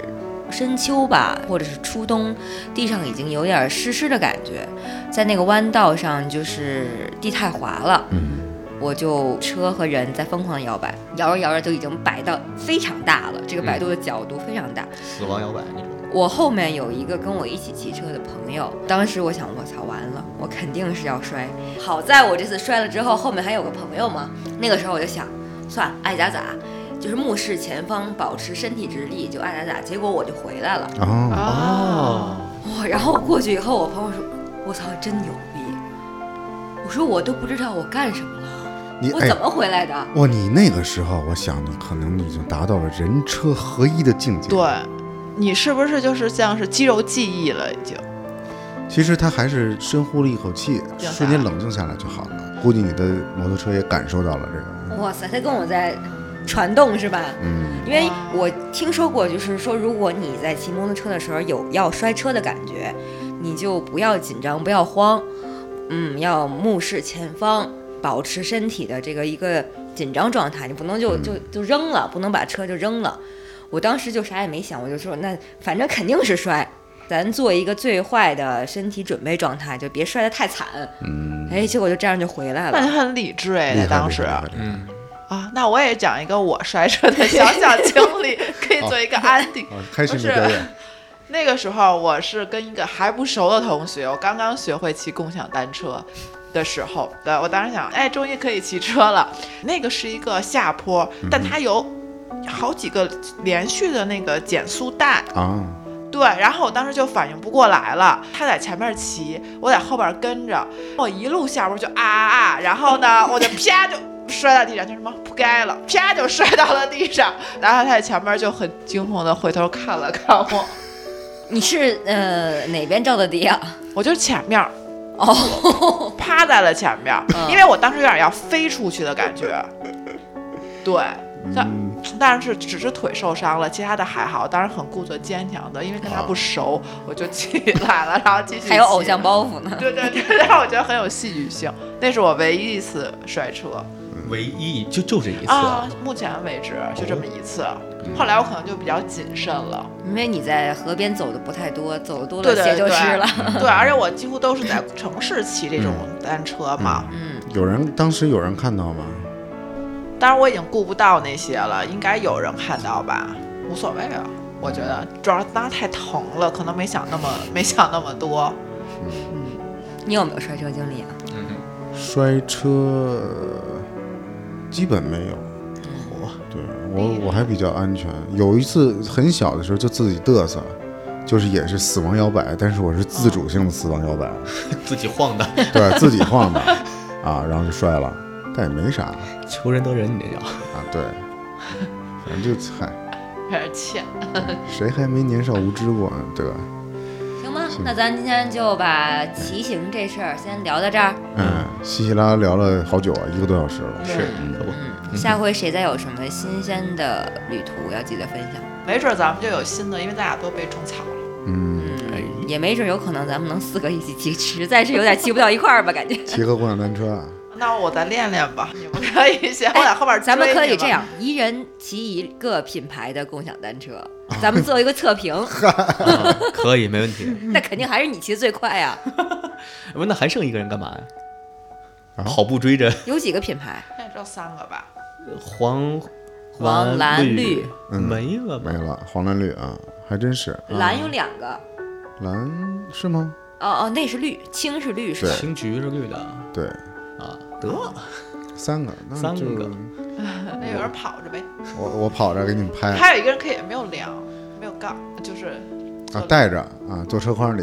深秋吧，或者是初冬，地上已经有点湿湿的感觉，在那个弯道上就是地太滑了， 嗯， 我就车和人在疯狂的摇摆，摇着摇着就已经摆到非常大了，这个摆动的角度非常大， 死亡摇摆那种。 我后面有一个跟我一起骑车的朋友，当时我想，我操，完了，我肯定是要摔。好在我这次摔了之后，后面还有个朋友嘛。那个时候我就想，算了，爱咋咋，就是目视前方，保持身体直立，就爱咋咋。结果我就回来了。 哦， 哇、哦！然后过去以后，我朋友说，我操，真牛逼！我说我都不知道我干什么了， 你我怎么回来的？ 哇，你那个时候，我想你可能已经达到了人车合一的境界。 对。你是不是就是像是肌肉记忆了已经？ 其实他还是深呼了一口气，瞬间冷静下来就好了。估计你的摩托车也感受到了这个。 哇塞，他跟我在传动是吧？ 嗯， 因为我听说过，就是说如果你在骑摩托车的时候有要摔车的感觉，你就不要紧张，不要慌，嗯，要目视前方，保持身体的这个一个紧张状态，你不能就就就扔了，不能把车就扔了。我当时就啥也没想，我就说那反正肯定是摔，咱做一个最坏的身体准备状态，就别摔得太惨。嗯，哎，结果就这样就回来了。 那你很理智哎，当时。 嗯啊，那我也讲一个我摔车的小小经历，可以做一个安定。 哦、开始你的表演。 那个时候我是跟一个还不熟的同学，我刚刚学会骑共享单车的时候，对，我当时想，哎，终于可以骑车了。那个是一个下坡，但它有好几个连续的那个减速带啊， 对，然后我当时就反应不过来了，他在前面骑，我在后边跟着，我一路下坡就啊啊啊，然后呢，我就啪就摔到地上，就什么扑街了，啪就摔到了地上，然后他在前面就很惊恐的回头看了看我。 你是呃哪边着的地啊？ 我就是前面。 哦， 趴在了前面， 嗯、 因为我当时有点要飞出去的感觉，对。但但是只是腿受伤了，其他的还好，当然很故作坚强的，因为跟他不熟，哦、我就起来了，然后继续。 还有偶像包袱呢。 对对对，然后我觉得很有戏剧性，那是我唯一一次摔车。 唯一就就这一次啊，目前为止就这么一次。哦、后来我可能就比较谨慎了， 因为你在河边走的不太多，走的多了鞋就湿了。 对, 对, 对，而且我几乎都是在城市骑这种单车嘛。 嗯，有人当时有人看到吗？ 当然我已经顾不到那些了，应该有人看到吧，无所谓啊，我觉得主要当时太疼了，可能没想那么没想那么多。 嗯，你有没有摔车经历啊？ 嗯， 摔车基本没有。 我、 嗯、对我我还比较安全，有一次很小的时候就自己嘚瑟，就是也是死亡摇摆，但是我是自主性的死亡摇摆， 自己晃的， 对自己晃的啊，然后就摔了。但也没啥， 求人得人，你这叫啊？对，反正就嗨， 有点欠。 谁还没年少无知过呢？对吧？ 行吧，那咱今天就把骑行这事儿先聊到这儿。 嗯，稀稀拉拉聊了好久啊，一个多小时了。 是， 嗯，嗯下回谁再有什么新鲜的旅途，要记得分享。 没准咱们就有新的，因为咱俩都被种草了。 嗯， 哎，也没准有可能咱们能四个一起骑，实在是有点骑不到一块儿吧，感觉。 骑个共享单车啊。 那我再练练吧，你们可以先，我在后边追。 咱们可以这样，一人骑一个品牌的共享单车，咱们做一个测评。 啊、可以，没问题。 那肯定还是你骑得最快呀。 不，那还剩一个人干嘛呀？ 啊、 跑步追着。 有几个品牌？ 那只有三个吧。 黄、 黄、蓝、绿， 嗯、 没了吧？ 没了，黄蓝绿啊，还真是。 蓝有两个。 蓝是吗？ 哦哦，那是绿，青是绿是吧？ 青橘是绿的。 对。 啊，得三个，那三个， 那有人跑着呗。 我我跑着给你们拍。 还有一个人可以没有梁，没有杠，就是啊带着啊坐车筐里，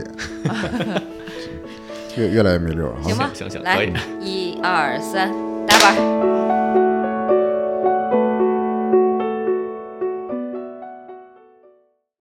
越越来越没溜。 行吧， 行行， 来， 可以， 一二三，打板。